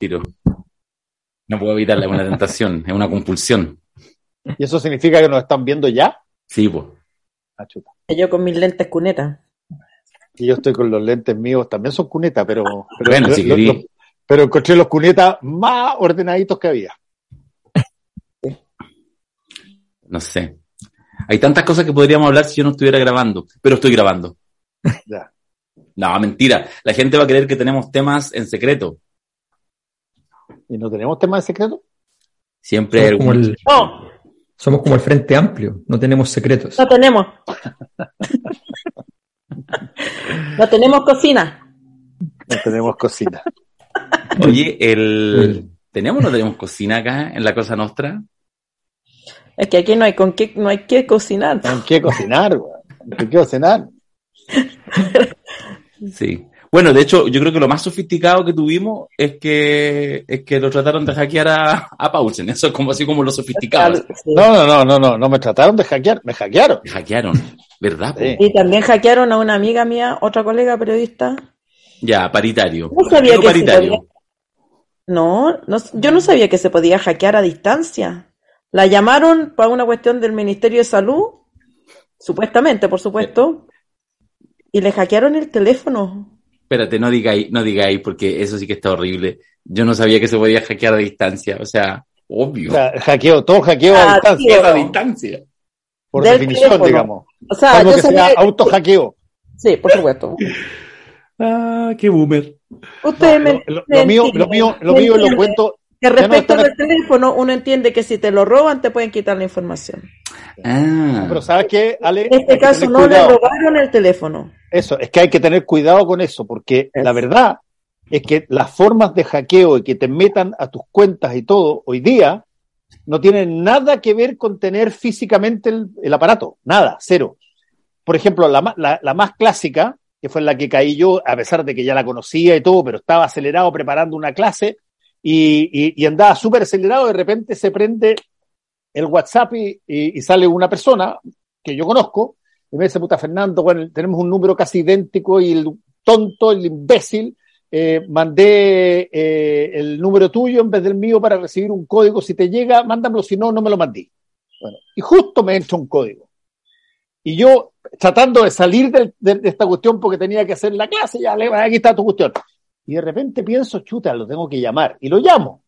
tiro. No puedo evitarla, es una tentación, es una compulsión. ¿Y eso significa que nos están viendo ya? Sí, pues. Ah, chuta. Yo con mis lentes cuneta. Y yo estoy con los lentes míos, también son cunetas, pero Bueno, si querí. pero encontré los cunetas más ordenaditos que había. No sé. Hay tantas cosas que podríamos hablar si yo no estuviera grabando, pero estoy grabando. Ya. No, mentira. La gente va a creer que tenemos temas en secreto. ¿Y no tenemos tema de secreto? Siempre hay algún... Somos como el Frente Amplio, no tenemos secretos. No tenemos. No tenemos cocina. No tenemos cocina. Oye, ¿tenemos o no tenemos cocina acá en la Cosa Nostra? Es que aquí no hay que cocinar. ¿En qué cocinar, güey? ¿En qué cocinar? Sí. Bueno, de hecho, yo creo que lo más sofisticado que tuvimos es que lo trataron de hackear a Paulsen. Eso es como así como lo sofisticado. Sí. No me trataron de hackear, me hackearon. Me hackearon, ¿verdad? Sí. Y también hackearon a una amiga mía, otra colega periodista. Ya, paritario. No sabía que paritario. No, yo no sabía que se podía hackear a distancia. La llamaron para una cuestión del Ministerio de Salud, supuestamente, por supuesto, y le hackearon el teléfono. Espérate, no digáis, porque eso sí que está horrible. Yo no sabía que se podía hackear a distancia, o sea, obvio. O sea, todo hackeo a distancia. A distancia. Por Del definición, teléfono. digamos. O sea, Algo yo que sabía sea auto-hackeo. Sí, por supuesto. Ah, qué boomer. Ustedes Lo mío lo cuento. Que respecto del teléfono, uno entiende que si te lo roban, te pueden quitar la información. Ah. Pero ¿sabes qué, Ale? En este caso no le robaron el teléfono. Eso, es que hay que tener cuidado con eso, porque la verdad es que las formas de hackeo y que te metan a tus cuentas y todo, hoy día, no tienen nada que ver con tener físicamente el aparato. Nada, cero. Por ejemplo, la más clásica, que fue en la que caí yo, a pesar de que ya la conocía y todo, pero estaba acelerado preparando una clase y andaba súper acelerado, de repente se prende el WhatsApp y sale una persona que yo conozco, y me dice, puta Fernando, bueno, tenemos un número casi idéntico y el tonto, el imbécil, mandé el número tuyo en vez del mío para recibir un código, si te llega, mándamelo, si no, no me lo mandé. Bueno, y justo me entra un código. Y yo, tratando de salir de esta cuestión porque tenía que hacer la clase, ya, aquí está tu cuestión. Y de repente pienso, chuta, lo tengo que llamar. Y lo llamo.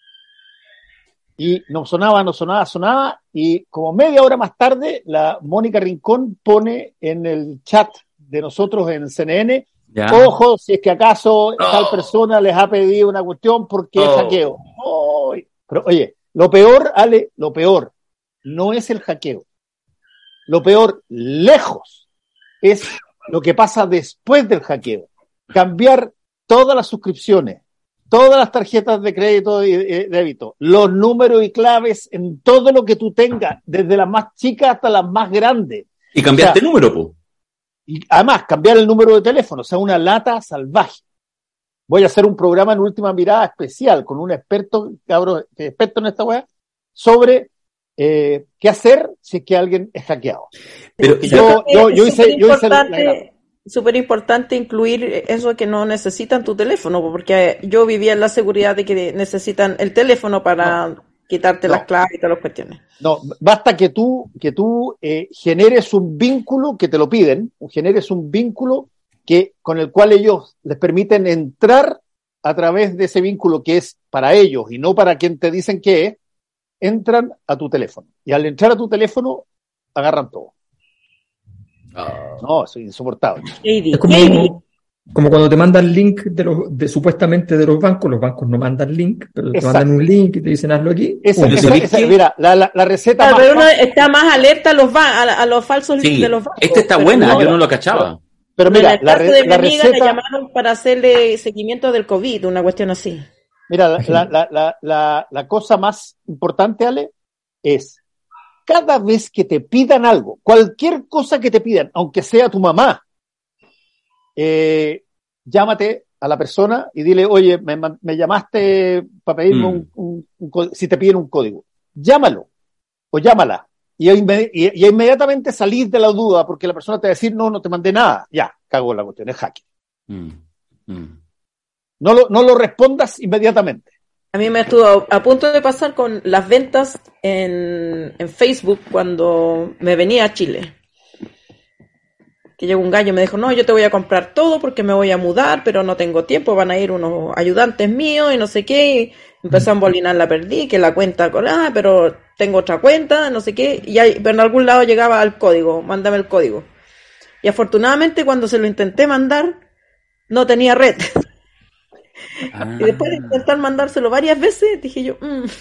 Y no sonaba, y como media hora más tarde, la Mónica Rincón pone en el chat de nosotros en CNN, ya. Ojo, si es que acaso tal persona les ha pedido una cuestión porque es hackeo. Pero oye, lo peor, Ale, lo peor no es el hackeo. Lo peor, lejos, es lo que pasa después del hackeo. Cambiar todas las suscripciones, todas las tarjetas de crédito y débito, los números y claves en todo lo que tú tengas, desde las más chicas hasta las más grandes. Y cambiaste el número, po. Y además, cambiar el número de teléfono, o sea, una lata salvaje. Voy a hacer un programa en Última Mirada especial con un experto, cabrón, experto en esta web, sobre qué hacer si es que alguien es hackeado. Pero yo hice súper importante incluir eso que no necesitan tu teléfono, porque yo vivía en la seguridad de que necesitan el teléfono para quitarte las claves y todas las cuestiones. No, basta que tú generes un vínculo que te lo piden, generes un vínculo con el cual ellos les permiten entrar a través de ese vínculo que es para ellos y no para quien te dicen que es, entran a tu teléfono. Y al entrar a tu teléfono, agarran todo. No, es insoportable. Es como cuando te mandan link supuestamente de los bancos no mandan link, pero te mandan un link y te dicen hazlo aquí. Mira, la receta pero uno está más alerta a los falsos links de los bancos. Esta está buena, yo no lo cachaba. Pero mira, en el caso de mi amiga le llamaron para hacerle seguimiento del COVID, una cuestión así. Mira, la cosa más importante, Ale, es cada vez que te pidan algo, cualquier cosa que te pidan, aunque sea tu mamá, llámate a la persona y dile, oye, me llamaste para pedirme si te piden un código. Llámalo o llámala y inmediatamente salís de la duda porque la persona te va a decir, no te mandé nada. Ya, cagó la cuestión, es hacking. No lo respondas inmediatamente. A mí me estuvo a punto de pasar con las ventas en Facebook cuando me venía a Chile. Que llegó un gallo y me dijo, no, yo te voy a comprar todo porque me voy a mudar, pero no tengo tiempo, van a ir unos ayudantes míos y no sé qué. Y empezó a embolinar, la perdí, que la cuenta, pero tengo otra cuenta, no sé qué. Pero en algún lado llegaba al código, mándame el código. Y afortunadamente cuando se lo intenté mandar, no tenía red. Y después de intentar mandárselo varias veces, dije yo,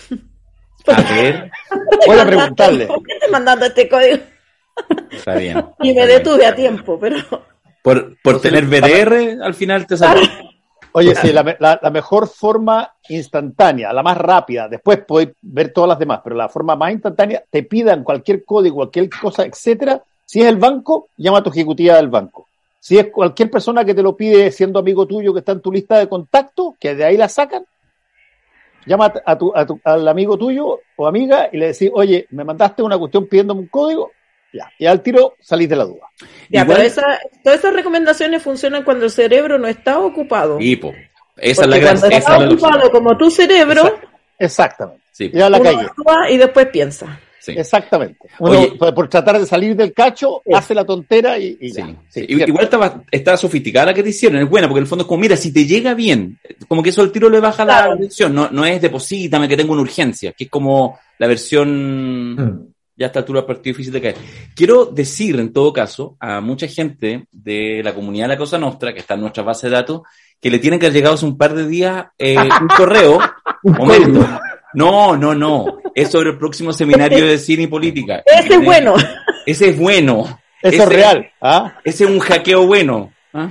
a ver, voy a preguntarle. ¿Por qué te mandando este código? Está bien. Y me detuve a tiempo, pero... Por tener BDR, al final te salió. Oye, sí, la mejor forma instantánea, la más rápida, después podéis ver todas las demás, pero la forma más instantánea, te pidan cualquier código, cualquier cosa, etcétera. Si es el banco, llama a tu ejecutiva del banco. Si es cualquier persona que te lo pide siendo amigo tuyo que está en tu lista de contactos, que de ahí la sacan, llama al amigo tuyo o amiga y le decís, oye, me mandaste una cuestión pidiéndome un código, ya, y al tiro salís de la duda. Ya, Igual, pero todas esas recomendaciones funcionan cuando el cerebro no está ocupado. Esa es la cuando está ocupado como tu cerebro, exactamente. Sí. Ya la uno calle. actúa y después piensa. Sí. Exactamente. Uno, por tratar de salir del cacho, hace la tontera y ya. Sí. Igual está sofisticada la que te hicieron, es buena, porque en el fondo es como, mira, si te llega bien, como que eso al tiro le baja la versión, no es deposítame que tengo una urgencia, que es como la versión... Ya a esta altura el partido difícil de caer. Quiero decir, en todo caso, a mucha gente de la comunidad de la Cosa Nostra, que está en nuestra base de datos, que le tienen que haber llegado hace un par de días un correo. Momento. No. Es sobre el próximo seminario de cine y política. Ese es bueno. Ese es bueno. Ese es real. ¿Ah? Ese es un hackeo bueno. ¿Ah?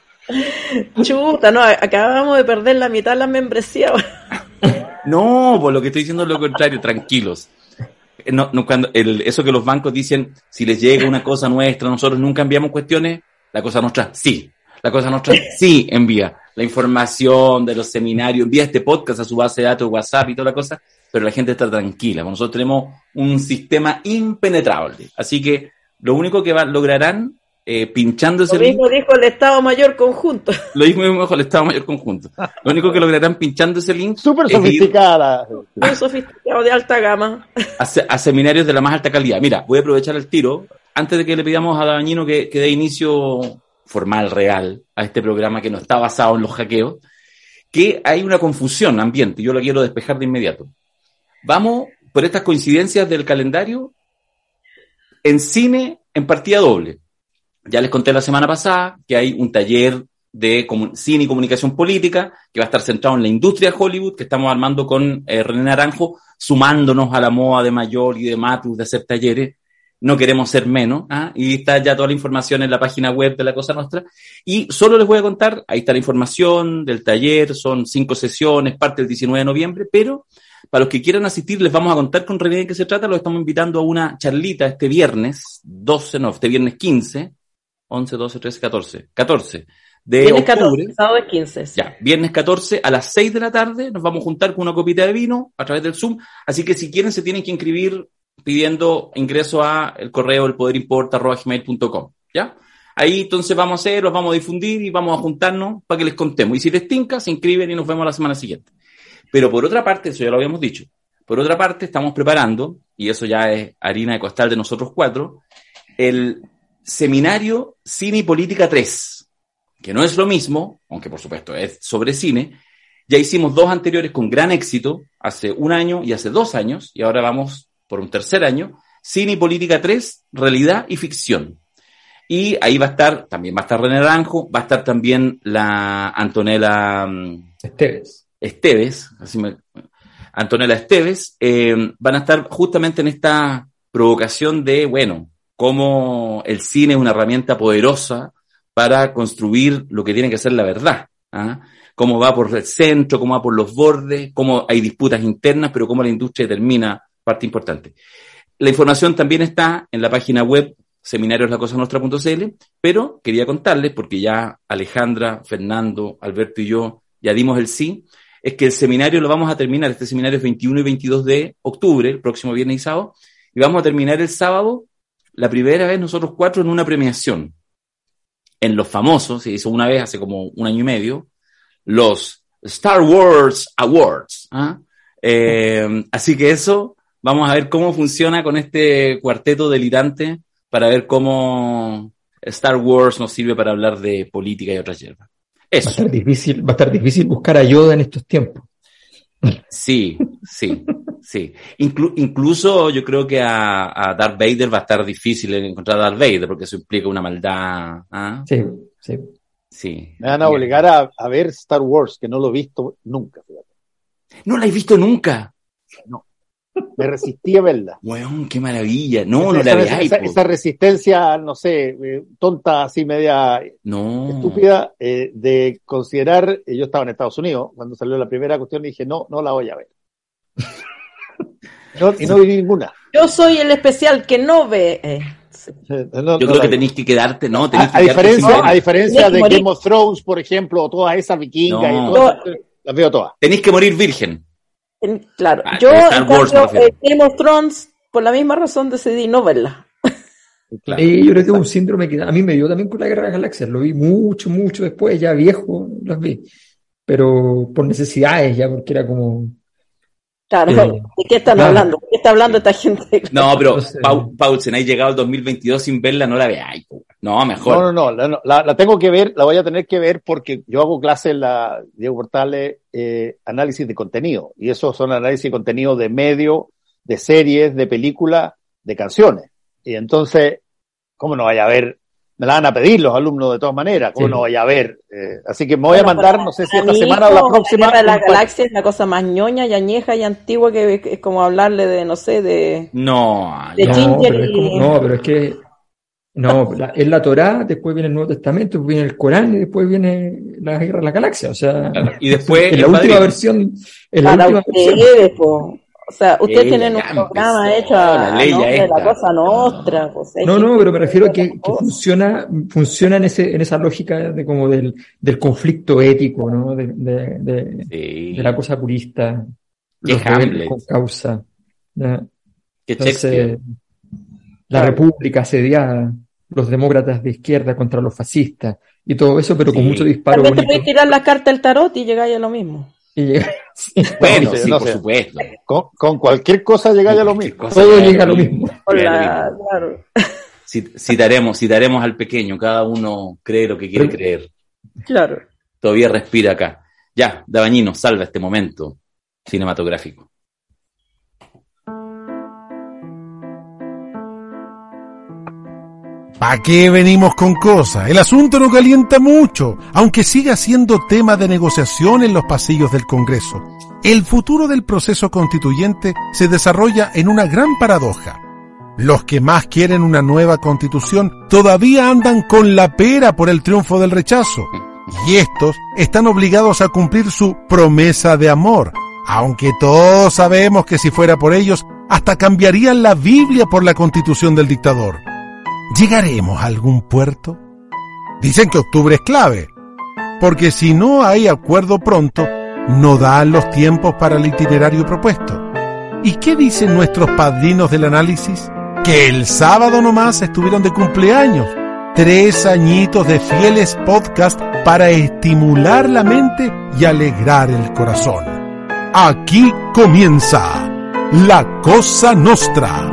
Chuta, no, acabamos de perder la mitad de la membresía. No, por lo que estoy diciendo es lo contrario, tranquilos. Cuando eso que los bancos dicen, si les llega una cosa nuestra, nosotros nunca enviamos cuestiones, la Cosa Nostra sí. La Cosa Nostra sí envía la información de los seminarios, envía este podcast a su base de datos, WhatsApp y toda la cosa, pero la gente está tranquila. Nosotros tenemos un sistema impenetrable. Así que lo único que lograrán pinchando ese link. Lo mismo dijo el Estado Mayor Conjunto. Lo mismo dijo el Estado Mayor Conjunto. Lo único que lograrán pinchando ese link. Súper sofisticada. Muy sofisticado, de alta gama. A seminarios de la más alta calidad. Mira, voy a aprovechar el tiro, antes de que le pidamos a Dañino que dé inicio formal, real, a este programa que no está basado en los hackeos, que hay una confusión ambiente, yo la quiero despejar de inmediato. Vamos, por estas coincidencias del calendario, en cine, en partida doble. Ya les conté la semana pasada que hay un taller de cine y comunicación política que va a estar centrado en la industria de Hollywood, que estamos armando con René Naranjo, sumándonos a la moda de Mayol y de Matus de hacer talleres. No queremos ser menos, y está ya toda la información en la página web de la Cosa Nostra. Y solo les voy a contar, ahí está la información del taller, son 5 sesiones, parte del 19 de noviembre, pero para los que quieran asistir les vamos a contar con René de qué se trata, los estamos invitando a una charlita este viernes 15, 11, 12, 13, 14 de viernes octubre. 14, sábado es 15. Sí. Ya, viernes 14 a las 6 de la tarde nos vamos a juntar con una copita de vino a través del Zoom, así que si quieren se tienen que inscribir pidiendo ingreso a el correo elpoderimporta@gmail.com, ¿ya? Ahí entonces vamos a hacer, los vamos a difundir y vamos a juntarnos para que les contemos. Y si les tinca, se inscriben y nos vemos la semana siguiente. Pero por otra parte, eso ya lo habíamos dicho, por otra parte estamos preparando, y eso ya es harina de costal de nosotros 4, el Seminario Cine y Política 3, que no es lo mismo, aunque por supuesto es sobre cine. Ya hicimos 2 anteriores con gran éxito, hace 1 año y hace 2 años, y ahora vamos por un tercer año, Cine y Política 3, Realidad y Ficción. Y ahí también va a estar René Naranjo, va a estar también la Antonella Esteves, Antonella Esteves, van a estar justamente en esta provocación de, cómo el cine es una herramienta poderosa para construir lo que tiene que ser la verdad. Cómo va por el centro, cómo va por los bordes, cómo hay disputas internas, pero cómo la industria determina parte importante. La información también está en la página web seminarioslacosanostra.cl, pero quería contarles, porque ya Alejandra, Fernando, Alberto y yo ya dimos el sí, es que el seminario lo vamos a terminar, este seminario es 21 y 22 de octubre, el próximo viernes y sábado, y vamos a terminar el sábado, la primera vez nosotros 4 en una premiación. En Los Famosos, se hizo una vez hace como 1 año y medio, los Star Wars Awards. Así que eso, vamos a ver cómo funciona con este cuarteto delirante para ver cómo Star Wars nos sirve para hablar de política y otras hierbas. Eso. Va a estar difícil buscar a Yoda en estos tiempos. Sí. Incluso yo creo que a Darth Vader va a estar difícil encontrar a Darth Vader, porque eso implica una maldad. Sí. Me van a obligar a ver Star Wars, que no lo he visto nunca. Fíjate. ¿No la has visto nunca? No. Me resistí a verla. Weón, qué maravilla. No la veáis. Esa resistencia, no sé, tonta, así media estúpida, de considerar, yo estaba en Estados Unidos, cuando salió la primera cuestión, y dije, no la voy a ver. Y no vi ninguna. Yo soy el especial que no ve. Yo creo que tenéis que quedarte, ¿no? A diferencia de Game of Thrones, por ejemplo, o todas esas vikingas, y todas, las veo todas. Tenéis que morir virgen. Claro, yo Game of Thrones, por la misma razón, decidí no verla. Claro. Yo creo que es un síndrome que a mí me dio también con la Guerra de las Galaxias. Lo vi mucho después, ya viejo, las vi. Pero por necesidades, ya, porque era como... Claro, ¿de qué están hablando? ¿De qué está hablando esta gente? No, pero Paulsen, hay llegado el 202022 sin verla, no la veáis. No, mejor. No, la tengo que ver, la voy a tener que ver porque yo hago clases en la Diego Portales, análisis de contenido, y esos son análisis de contenido de medios, de series, de películas, de canciones. Y entonces, ¿cómo no vaya a ver? Me la van a pedir los alumnos de todas maneras, ¿cómo no vaya a ver? Así que me voy a mandar, no sé si esta semana o la próxima. La Guerra de la Galaxia es la cosa más ñoña y añeja y antigua que es como hablarle de, no sé, de... pero es que... es la Torá, después viene el Nuevo Testamento, después viene el Corán y después viene la Guerra de la Galaxia, o sea... Y después... En la última versión... O sea, ustedes tienen un programa hecho a nombre de la cosa nostra. Pues, pero me refiero a que funciona en esa lógica de como del conflicto ético, ¿no? De la cosa purista. Los rebeldes con causa. ¿Ya? Entonces, la república asediada, los demócratas de izquierda contra los fascistas y todo eso, pero con mucho disparo. También te puedes tirar la carta del tarot y llegáis a lo mismo. Bueno, por supuesto. Con cualquier cosa llegáis a lo mismo. Todo llega a lo mismo. Claro. Citaremos al pequeño, cada uno cree lo que quiere creer. Claro. Todavía respira acá. Ya, Dabañino, salva este momento cinematográfico. ¿Para qué venimos con cosas? El asunto no calienta mucho, aunque siga siendo tema de negociación en los pasillos del Congreso. El futuro del proceso constituyente se desarrolla en una gran paradoja. Los que más quieren una nueva constitución todavía andan con la pera por el triunfo del rechazo, y estos están obligados a cumplir su promesa de amor, aunque todos sabemos que si fuera por ellos, hasta cambiarían la Biblia por la constitución del dictador. ¿Llegaremos a algún puerto? Dicen que octubre es clave, porque si no hay acuerdo pronto, no dan los tiempos para el itinerario propuesto. ¿Y qué dicen nuestros padrinos del análisis? Que el sábado nomás estuvieron de cumpleaños. 3 añitos de fieles podcast para estimular la mente y alegrar el corazón. Aquí comienza La Cosa Nostra.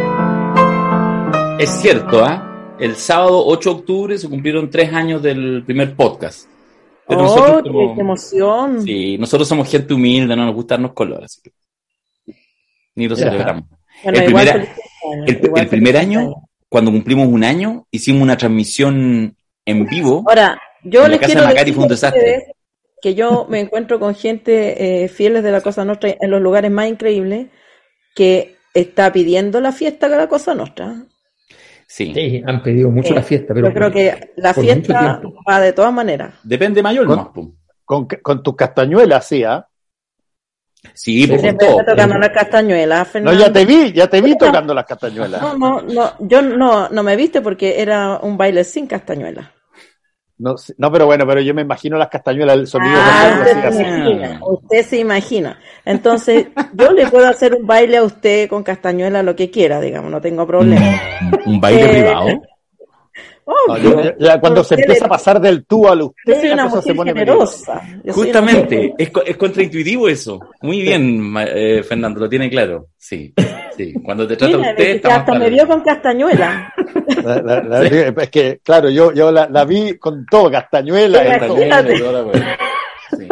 Es cierto, el sábado 8 de octubre se cumplieron 3 años del primer podcast. Pero nosotros qué emoción! Sí, nosotros somos gente humilde, no nos gustan los colores, así que ni lo celebramos. Bueno, el primer año, cuando cumplimos 1 año, hicimos una transmisión en vivo. Ahora, yo en les la casa quiero de Macari, fue un desastre. Que yo me encuentro con gente fieles de la Cosa Nostra en los lugares más increíbles que está pidiendo la fiesta de la Cosa Nostra. Sí, han pedido mucho la fiesta, pero yo creo que la fiesta va de todas maneras. Depende mayor, ¿no? Con tus castañuelas, sí, Sí, por todo. Tocando las castañuelas, Fernando. No, ya te vi tocando las castañuelas. Yo no me viste porque era un baile sin castañuelas. No, pero yo me imagino las castañuelas, el sonido. Usted se imagina. Entonces, yo le puedo hacer un baile a usted con castañuela, lo que quiera, digamos, no tengo problema. ¿Un baile privado? Obvio. Ya cuando se empieza a pasar del tú al Yo usted, soy la una cosa se mujer pone generosa. Yo soy Justamente, es contraintuitivo eso. Muy bien, Fernando, lo tiene claro. Sí, sí. Cuando te trata Mira, usted, está más hasta me claro. vio con castañuela. Es que, claro, yo la vi con todo, castañuela. Sí, Castañuela y toda la wea. Sí.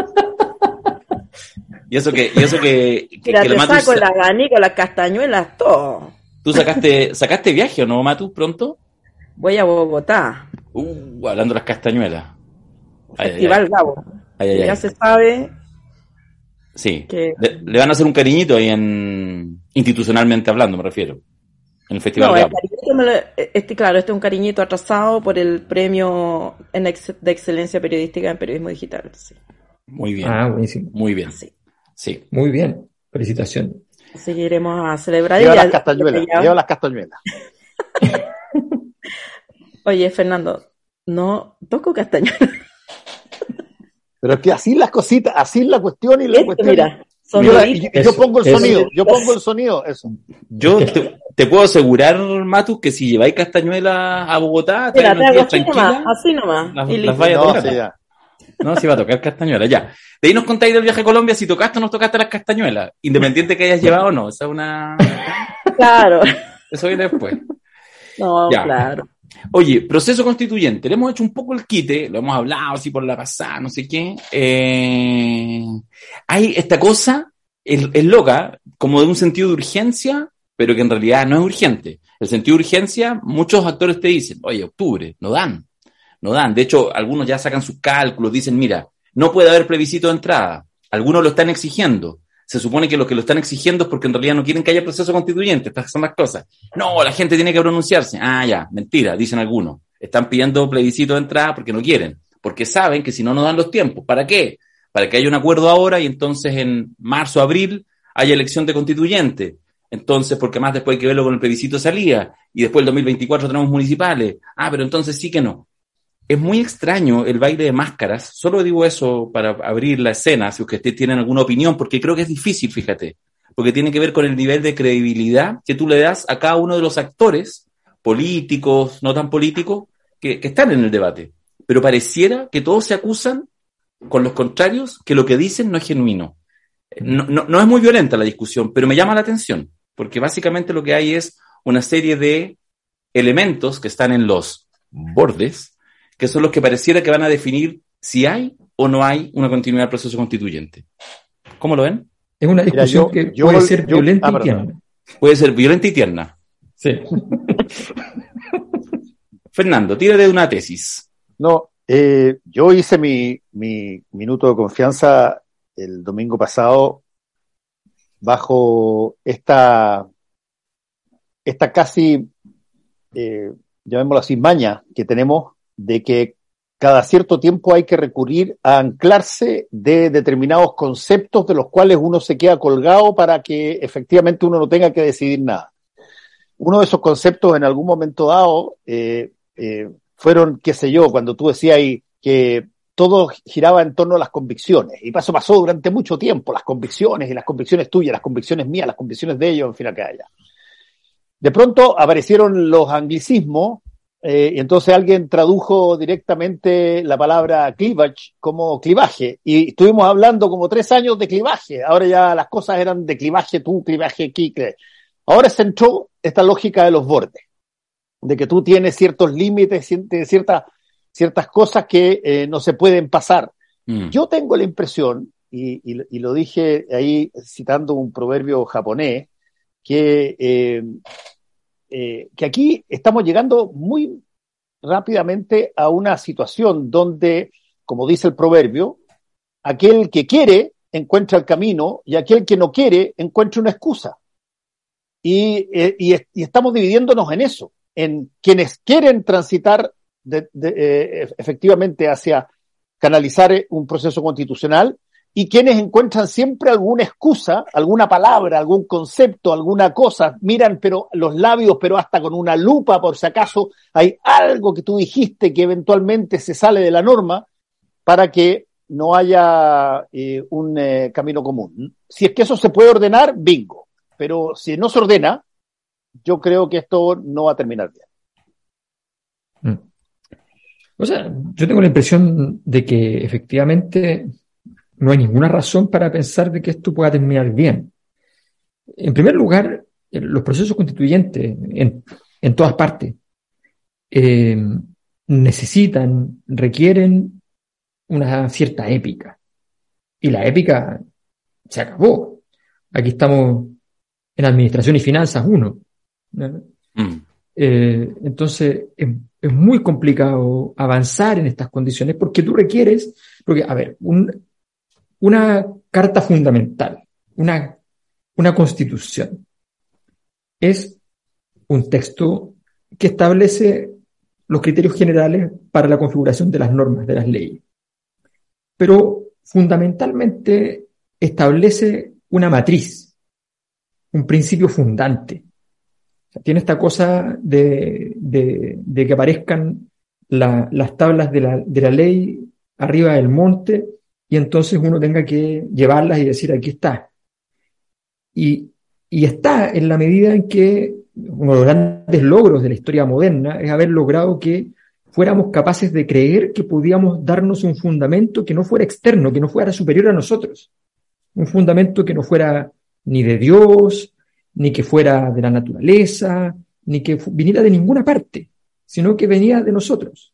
Y eso que Mira, lo te Matus, saco el abanico, las castañuelas, todo. ¿tú sacaste viaje o no, Matu, pronto? Voy a Bogotá, Hablando de las castañuelas. Ay, Festival Gabo. ay, ay, Ya ay. se sabe Sí. que... Le van a hacer un cariñito ahí institucionalmente hablando, me refiero. En el Festival No, el Gabo. cariñito claro, este es un cariñito atrasado por el premio de excelencia periodística en periodismo digital. Sí. Muy bien. Buenísimo. Muy bien. Sí. Sí. Muy bien. Felicitaciones. Así que iremos a celebrar. Lleva Y las castañuelas, lleva las castañuelas. Oye, Fernando, no toco castañuela. Pero es que así las cositas, así es la cuestión y la cuestión. Mira, son Yo roditos. pongo el Eso. sonido, yo pongo el sonido, eso. Yo te puedo asegurar, Matu, que si lleváis castañuela a Bogotá, Mira, traen te unos hago días tranquila, así nomás. las Y listo. vaya a No, tocar. sí, ya. No, si va a tocar castañuela, ya. De ahí nos contáis del viaje a Colombia, si tocaste o no tocaste las castañuelas, independiente que hayas llevado o no. Esa es una... Claro. Eso viene después. No, Ya. claro. Oye, proceso constituyente. Le hemos hecho un poco el quite, lo hemos hablado así por la pasada, no sé qué. Hay esta cosa, es loca, como de un sentido de urgencia, pero que en realidad no es urgente. El sentido de urgencia, muchos actores te dicen, oye, octubre, no dan. De hecho, algunos ya sacan sus cálculos, dicen, mira, no puede haber plebiscito de entrada. Algunos lo están exigiendo. Se supone que los que lo están exigiendo es porque en realidad no quieren que haya proceso constituyente. Estas son las cosas. No, la gente tiene que pronunciarse. Ah, ya, mentira, dicen algunos. Están pidiendo plebiscito de entrada porque no quieren. Porque saben que si no nos dan los tiempos. ¿Para qué? Para que haya un acuerdo ahora y entonces en marzo, abril, haya elección de constituyente. Entonces, porque más después hay que verlo con el plebiscito de salida. Y después el 2024 tenemos municipales. Ah, pero entonces sí que no. Es muy extraño el baile de máscaras. Solo digo eso para abrir la escena, si ustedes tienen alguna opinión, porque creo que es difícil, fíjate, porque tiene que ver con el nivel de credibilidad que tú le das a cada uno de los actores, políticos, no tan políticos, que están en el debate. Pero pareciera que todos se acusan con los contrarios, que lo que dicen no es genuino. No es muy violenta la discusión, pero me llama la atención, porque básicamente lo que hay es una serie de elementos que están en los bordes, que son los que pareciera que van a definir si hay o no hay una continuidad del proceso constituyente. ¿Cómo lo ven? Es una discusión que puede ser violenta y tierna. Puede ser violenta y tierna. Sí. Fernando, tírate una tesis. No, yo hice mi minuto de confianza el domingo pasado bajo esta casi, llamémoslo así, maña que tenemos de que cada cierto tiempo hay que recurrir a anclarse de determinados conceptos de los cuales uno se queda colgado para que efectivamente uno no tenga que decidir nada. Uno de esos conceptos en algún momento dado fueron, qué sé yo, cuando tú decías ahí que todo giraba en torno a las convicciones, y eso pasó durante mucho tiempo, las convicciones, y las convicciones tuyas, las convicciones mías, las convicciones de ellos, en fin, acá allá. De pronto aparecieron los anglicismos, y entonces alguien tradujo directamente la palabra cleavage como clivaje, y estuvimos hablando como 3 años de clivaje. Ahora ya las cosas eran de clivaje tú, clivaje aquí. Ahora se entró esta lógica de los bordes, de que tú tienes ciertos límites, ciertas cosas que no se pueden pasar. Yo tengo la impresión, y lo dije ahí citando un proverbio japonés, que aquí estamos llegando muy rápidamente a una situación donde, como dice el proverbio, aquel que quiere encuentra el camino y aquel que no quiere encuentra una excusa. Y estamos dividiéndonos en eso, en quienes quieren transitar efectivamente hacia canalizar un proceso constitucional y quienes encuentran siempre alguna excusa, alguna palabra, algún concepto, alguna cosa, miran pero los labios, pero hasta con una lupa por si acaso hay algo que tú dijiste que eventualmente se sale de la norma para que no haya un camino común. Si es que eso se puede ordenar, bingo. Pero si no se ordena, yo creo que esto no va a terminar bien. O sea, yo tengo la impresión de que efectivamente no hay ninguna razón para pensar de que esto pueda terminar bien. En primer lugar, los procesos constituyentes en todas partes eh, requieren una cierta épica. Y la épica se acabó. Aquí estamos en Administración y Finanzas 1. ¿No? Entonces, es muy complicado avanzar en estas condiciones porque tú requieres, porque, a ver, una carta fundamental, una constitución, es un texto que establece los criterios generales para la configuración de las normas, de las leyes. Pero fundamentalmente establece una matriz, un principio fundante. O sea, tiene esta cosa de que aparezcan las tablas de la ley arriba del monte y entonces uno tenga que llevarlas y decir, aquí está. Y está en la medida en que uno de los grandes logros de la historia moderna es haber logrado que fuéramos capaces de creer que podíamos darnos un fundamento que no fuera externo, que no fuera superior a nosotros. Un fundamento que no fuera ni de Dios, ni que fuera de la naturaleza, ni que viniera de ninguna parte, sino que venía de nosotros.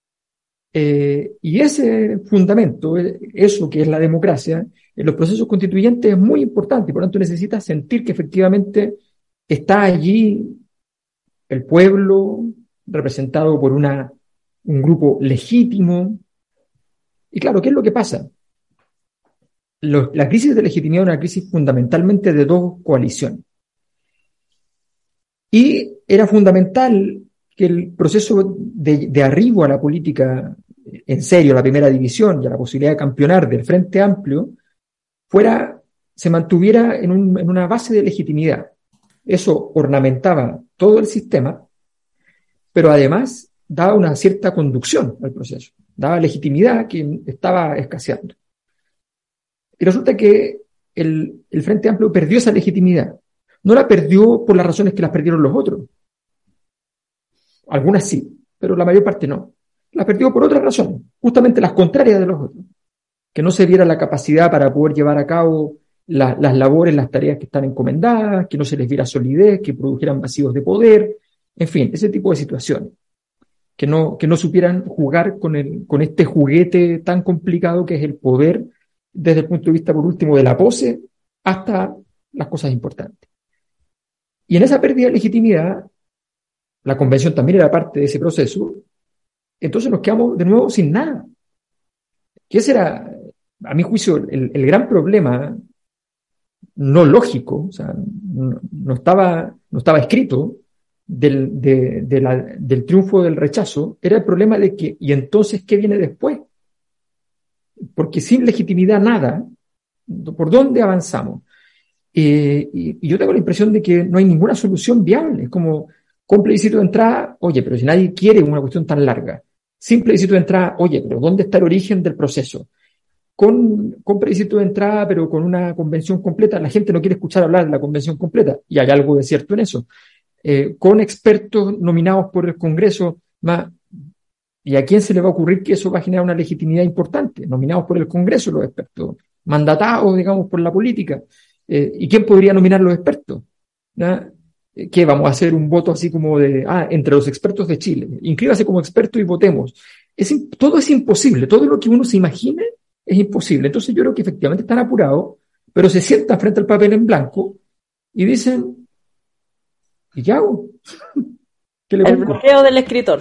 Y ese fundamento, eso que es la democracia, en los procesos constituyentes es muy importante, por lo tanto necesitas sentir que efectivamente está allí el pueblo representado por un grupo legítimo. Y claro, ¿qué es lo que pasa? La crisis de legitimidad es una crisis fundamentalmente de dos coaliciones. Y era fundamental que el proceso de arribo a la política, en serio, a la primera división y a la posibilidad de campeonar del Frente Amplio, se mantuviera en una base de legitimidad. Eso ornamentaba todo el sistema, pero además daba una cierta conducción al proceso, daba legitimidad que estaba escaseando. Y resulta que el Frente Amplio perdió esa legitimidad. No la perdió por las razones que las perdieron los otros. Algunas sí, pero la mayor parte no. La perdió por otras razones, justamente las contrarias de los otros. Que no se viera la capacidad para poder llevar a cabo las labores, las tareas que están encomendadas, que no se les viera solidez, que produjeran vacíos de poder, en fin, ese tipo de situaciones. Que no supieran jugar con este juguete tan complicado que es el poder, desde el punto de vista, por último, de la pose hasta las cosas importantes. Y en esa pérdida de legitimidad, la convención también era parte de ese proceso, entonces nos quedamos de nuevo sin nada. Que ese era, a mi juicio, el gran problema no lógico, o sea, no estaba escrito del triunfo del rechazo, era el problema de que, ¿y entonces qué viene después? Porque sin legitimidad nada, ¿por dónde avanzamos? Y yo tengo la impresión de que no hay ninguna solución viable. Es como, con plebiscito de entrada, oye, pero si nadie quiere una cuestión tan larga. Sin plebiscito de entrada, oye, pero ¿dónde está el origen del proceso? Con plebiscito de entrada, pero con una convención completa, la gente no quiere escuchar hablar de la convención completa, y hay algo de cierto en eso. Con expertos nominados por el Congreso, ¿y a quién se le va a ocurrir que eso va a generar una legitimidad importante? Nominados por el Congreso los expertos, mandatados, digamos, por la política. ¿Y quién podría nominar los expertos? ¿Ya? ¿Qué vamos a hacer un voto así como entre los expertos de Chile? Inscríbase como experto y votemos. Todo es imposible, todo lo que uno se imagine es imposible. Entonces yo creo que efectivamente están apurados, pero se sientan frente al papel en blanco y dicen, ¿y qué hago? ¿Qué le pongo? El bloqueo del escritor.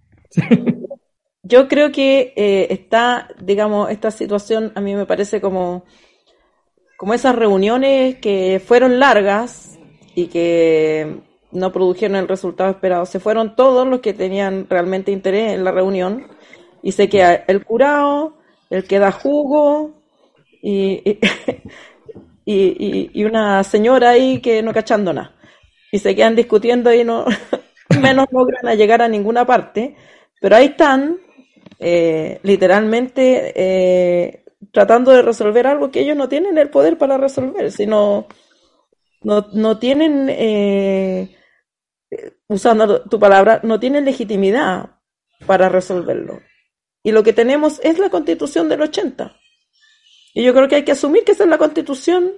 Yo creo que esta situación a mí me parece como esas reuniones que fueron largas y que no produjeron el resultado esperado. Se fueron todos los que tenían realmente interés en la reunión y se queda el curado, el que da jugo y una señora ahí que no cachando nada. Y se quedan discutiendo y no menos logran llegar a ninguna parte. Pero ahí están, literalmente, tratando de resolver algo que ellos no tienen el poder para resolver, sino no tienen, usando tu palabra, no tienen legitimidad para resolverlo. y lo que tenemos es la Constitución del 80. Y yo creo que hay que asumir que esa es la Constitución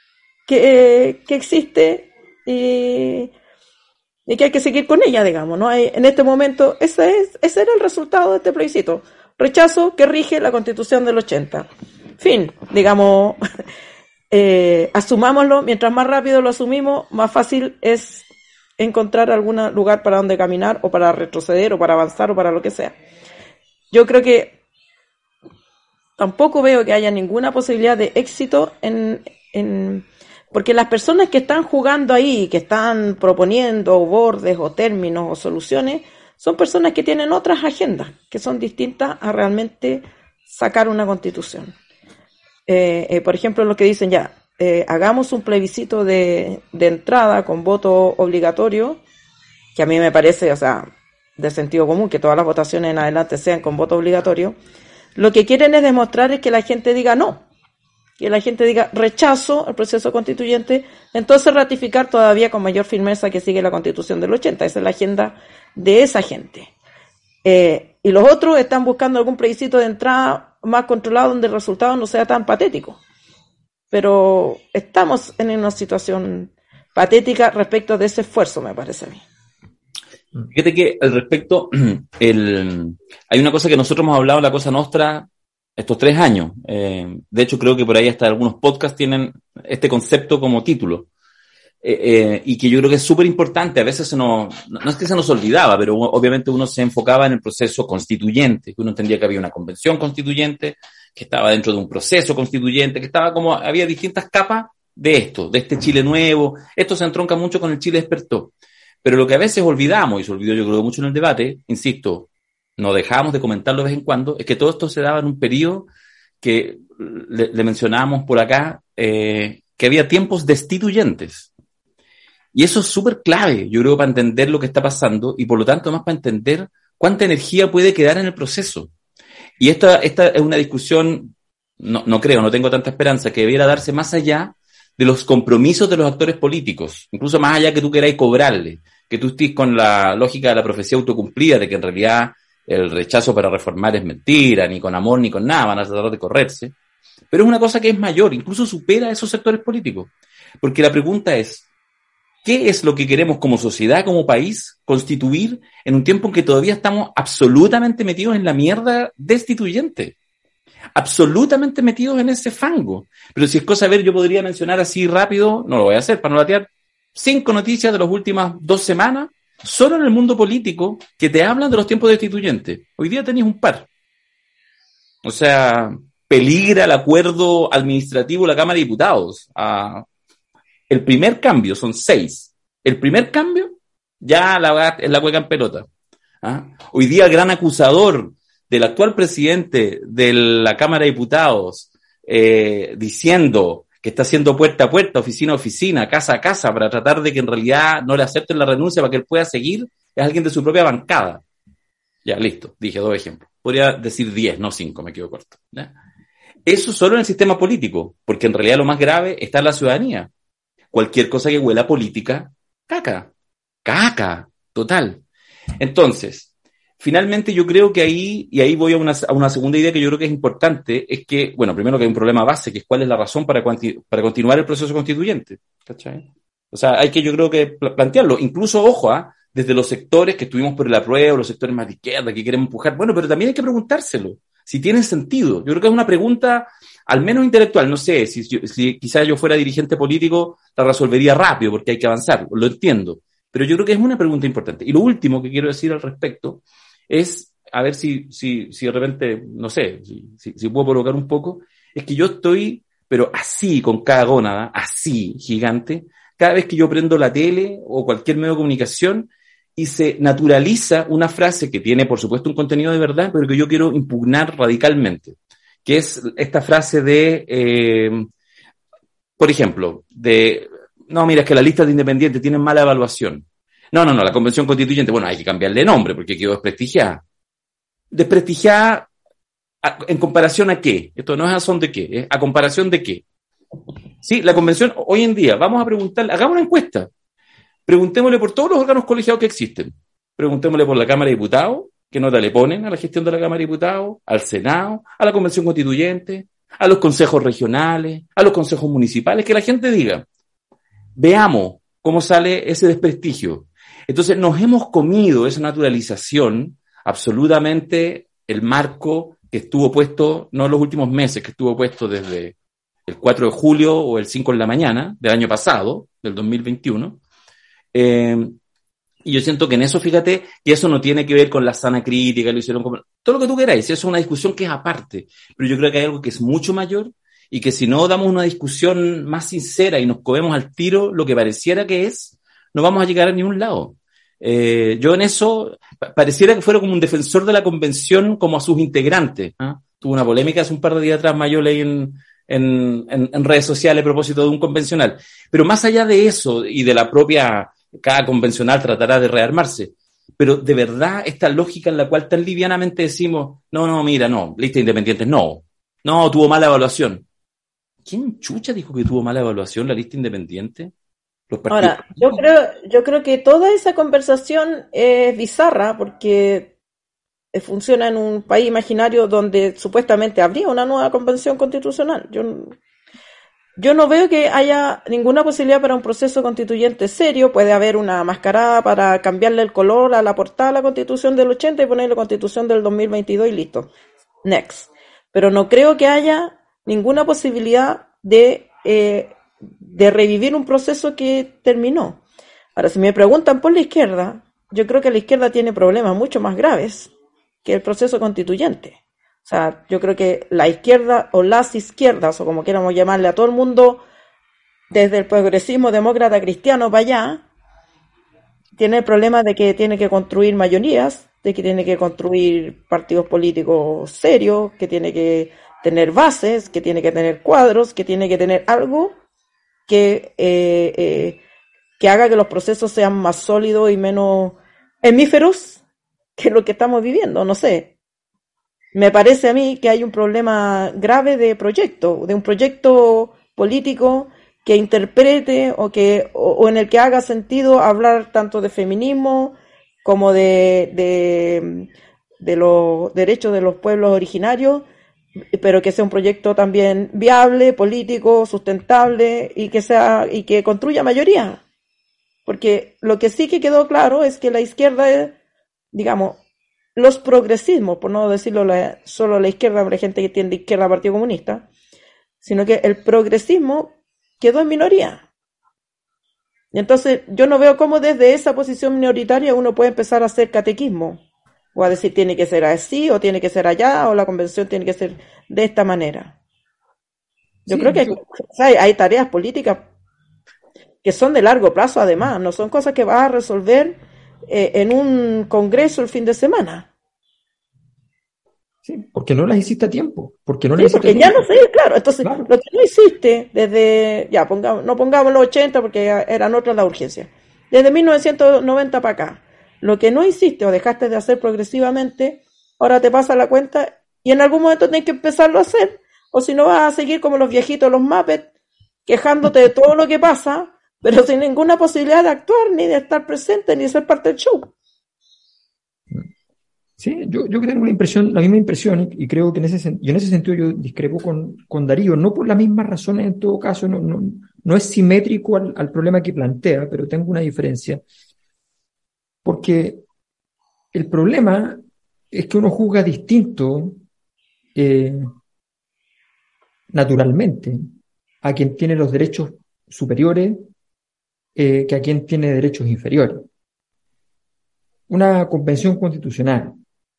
que existe y que hay que seguir con ella, digamos, ¿no? En este momento, ese era el resultado de este plebiscito. Rechazo que rige la Constitución del 80. Fin, digamos, asumámoslo, mientras más rápido lo asumimos, más fácil es encontrar algún lugar para donde caminar, o para retroceder, o para avanzar, o para lo que sea. Yo creo que tampoco veo que haya ninguna posibilidad de éxito porque las personas que están jugando ahí, que están proponiendo bordes o términos o soluciones, son personas que tienen otras agendas, que son distintas a realmente sacar una constitución. Por ejemplo, lo que dicen hagamos un plebiscito de entrada con voto obligatorio, que a mí me parece, de sentido común, que todas las votaciones en adelante sean con voto obligatorio. Lo que quieren es demostrar es que la gente diga no, que la gente diga rechazo al proceso constituyente, entonces ratificar todavía con mayor firmeza que sigue la Constitución del 80. Esa es la agenda de esa gente. Y los otros están buscando algún plebiscito de entrada más controlado donde el resultado no sea tan patético. Pero estamos en una situación patética respecto de ese esfuerzo, me parece a mí. Fíjate que al respecto, hay una cosa que nosotros hemos hablado en la Cosa Nostra estos 3 años. De hecho, creo que por ahí hasta algunos podcasts tienen este concepto como título. Y que yo creo que es súper importante. A veces no es que se nos olvidaba, pero obviamente uno se enfocaba en el proceso constituyente, que uno entendía que había una convención constituyente, que estaba dentro de un proceso constituyente, que había distintas capas de este Chile nuevo. Esto se entronca mucho con el Chile despertó. Pero lo que a veces olvidamos, y se olvidó yo creo mucho en el debate, insisto, no dejamos de comentarlo de vez en cuando, es que todo esto se daba en un periodo que le mencionábamos por acá, que había tiempos destituyentes. Y eso es súper clave, yo creo, para entender lo que está pasando y por lo tanto más para entender cuánta energía puede quedar en el proceso. Y esta es una discusión, no tengo tanta esperanza, que debiera darse más allá de los compromisos de los actores políticos, incluso más allá que tú queráis cobrarle, que tú estés con la lógica de la profecía autocumplida, de que en realidad el rechazo para reformar es mentira, ni con amor ni con nada, van a tratar de correrse. Pero es una cosa que es mayor, incluso supera a esos sectores políticos. Porque la pregunta es, ¿qué es lo que queremos como sociedad, como país, constituir en un tiempo en que todavía estamos absolutamente metidos en la mierda destituyente? Absolutamente metidos en ese fango. Pero si es cosa, yo podría mencionar así rápido, no lo voy a hacer para no latear, 5 noticias de las últimas 2 semanas, solo en el mundo político, que te hablan de los tiempos destituyentes. Hoy día tenéis un par. O sea, peligra el acuerdo administrativo de la Cámara de Diputados. El primer cambio, son 6. El primer cambio, ya es la hueca en pelota. Hoy día el gran acusador del actual presidente de la Cámara de Diputados, diciendo que está haciendo puerta a puerta, oficina a oficina, casa a casa, para tratar de que en realidad no le acepten la renuncia para que él pueda seguir, es alguien de su propia bancada. Ya, listo, dije 2 ejemplos. Podría decir 10, no 5, me quedo corto. ¿Ya? Eso solo en el sistema político, porque en realidad lo más grave está en la ciudadanía. Cualquier cosa que huela a política, caca, total. Entonces, finalmente yo creo que ahí voy a una segunda idea que yo creo que es importante, es que, primero que hay un problema base, que es cuál es la razón para continuar el proceso constituyente, ¿cachai? O sea, hay que, yo creo que plantearlo, incluso, ojo, desde los sectores que estuvimos por el apruebo, los sectores más de izquierda, que queremos empujar, pero también hay que preguntárselo, si tiene sentido. Yo creo que es una pregunta, al menos intelectual, no sé, si quizás yo fuera dirigente político, la resolvería rápido, porque hay que avanzar, lo entiendo, pero yo creo que es una pregunta importante. Y lo último que quiero decir al respecto es, a ver si de repente, no sé, si puedo provocar un poco, es que yo estoy, pero así, con cada gónada, así, gigante, cada vez que yo prendo la tele o cualquier medio de comunicación y se naturaliza una frase que tiene, por supuesto, un contenido de verdad, pero que yo quiero impugnar radicalmente, que es esta frase de, por ejemplo, mira, es que las listas de independientes tienen mala evaluación. No, la Convención Constituyente, hay que cambiarle nombre porque quedó desprestigiada. ¿Desprestigiada en comparación a qué? Esto no es a son de qué, es a comparación de qué. Sí, la Convención, hoy en día, vamos a preguntarle, hagamos una encuesta. Preguntémosle por todos los órganos colegiados que existen. Preguntémosle por la Cámara de Diputados, ¿Qué nota le ponen a la gestión de la Cámara de Diputados, al Senado, a la Convención Constituyente, a los consejos regionales, a los consejos municipales? Que la gente diga, veamos cómo sale ese desprestigio. Entonces nos hemos comido esa naturalización, absolutamente el marco que estuvo puesto, no en los últimos meses, que estuvo puesto desde el 4 de julio o el 5 de la mañana del año pasado, del 2021. Y yo siento que en eso, fíjate, que eso no tiene que ver con la sana crítica, lo hicieron como... Todo lo que tú queráis, eso es una discusión que es aparte. Pero yo creo que hay algo que es mucho mayor y que si no damos una discusión más sincera y nos comemos al tiro lo que pareciera que es, no vamos a llegar a ningún lado. Yo en eso pareciera que fuera como un defensor de la convención como a sus integrantes. Tuvo una polémica hace un par de días atrás, yo leí en redes sociales a propósito de un convencional. Pero más allá de eso y de la propia... Cada convencional tratará de rearmarse. Pero de verdad, esta lógica en la cual tan livianamente decimos, no, lista de independientes, no, tuvo mala evaluación. ¿Quién chucha dijo que tuvo mala evaluación la lista independiente? Los partidos. Ahora, yo creo que toda esa conversación es bizarra porque funciona en un país imaginario donde supuestamente habría una nueva convención constitucional. Yo no veo que haya ninguna posibilidad para un proceso constituyente serio. Puede haber una mascarada para cambiarle el color a la portada de la Constitución del 80 y ponerle Constitución del 2022 y listo. Next. Pero no creo que haya ninguna posibilidad de revivir un proceso que terminó. Ahora, si me preguntan por la izquierda, yo creo que la izquierda tiene problemas mucho más graves que el proceso constituyente. O sea, yo creo que la izquierda o las izquierdas, o como queramos llamarle a todo el mundo, desde el progresismo demócrata cristiano para allá, tiene el problema de que tiene que construir mayorías, de que tiene que construir partidos políticos serios, que tiene que tener bases, que tiene que tener cuadros, que tiene que tener algo que haga que los procesos sean más sólidos y menos hemíferos que lo que estamos viviendo, no sé. Me parece a mí que hay un problema grave de un proyecto político que interprete o en el que haga sentido hablar tanto de feminismo como de los derechos de los pueblos originarios, pero que sea un proyecto también viable, político, sustentable y que construya mayoría. Porque lo que sí que quedó claro es que la izquierda es, digamos, los progresismos, por no decirlo solo la izquierda, habrá gente que tiende izquierda al Partido Comunista, sino que el progresismo quedó en minoría. Y entonces yo no veo cómo desde esa posición minoritaria uno puede empezar a hacer catequismo, o a decir tiene que ser así, o tiene que ser allá, o la convención tiene que ser de esta manera. Yo creo que hay tareas políticas que son de largo plazo además, no son cosas que vas a resolver en un congreso el fin de semana. Sí, porque no las hiciste a tiempo. Porque ya no sé, claro. Entonces, claro. Lo que no hiciste desde, no pongamos los 80 porque eran otras las urgencias. Desde 1990 para acá, lo que no hiciste o dejaste de hacer progresivamente, ahora te pasa la cuenta y en algún momento tienes que empezarlo a hacer. O si no vas a seguir como los viejitos, los Muppets, quejándote de todo lo que pasa, pero sin ninguna posibilidad de actuar, ni de estar presente, ni de ser parte del show. Sí, yo creo que tengo la misma impresión, y creo que en ese sentido yo discrepo con Darío, no por las mismas razones en todo caso, no es simétrico al problema que plantea, pero tengo una diferencia. Porque el problema es que uno juzga distinto naturalmente a quien tiene los derechos superiores que a quien tiene derechos inferiores. Una convención constitucional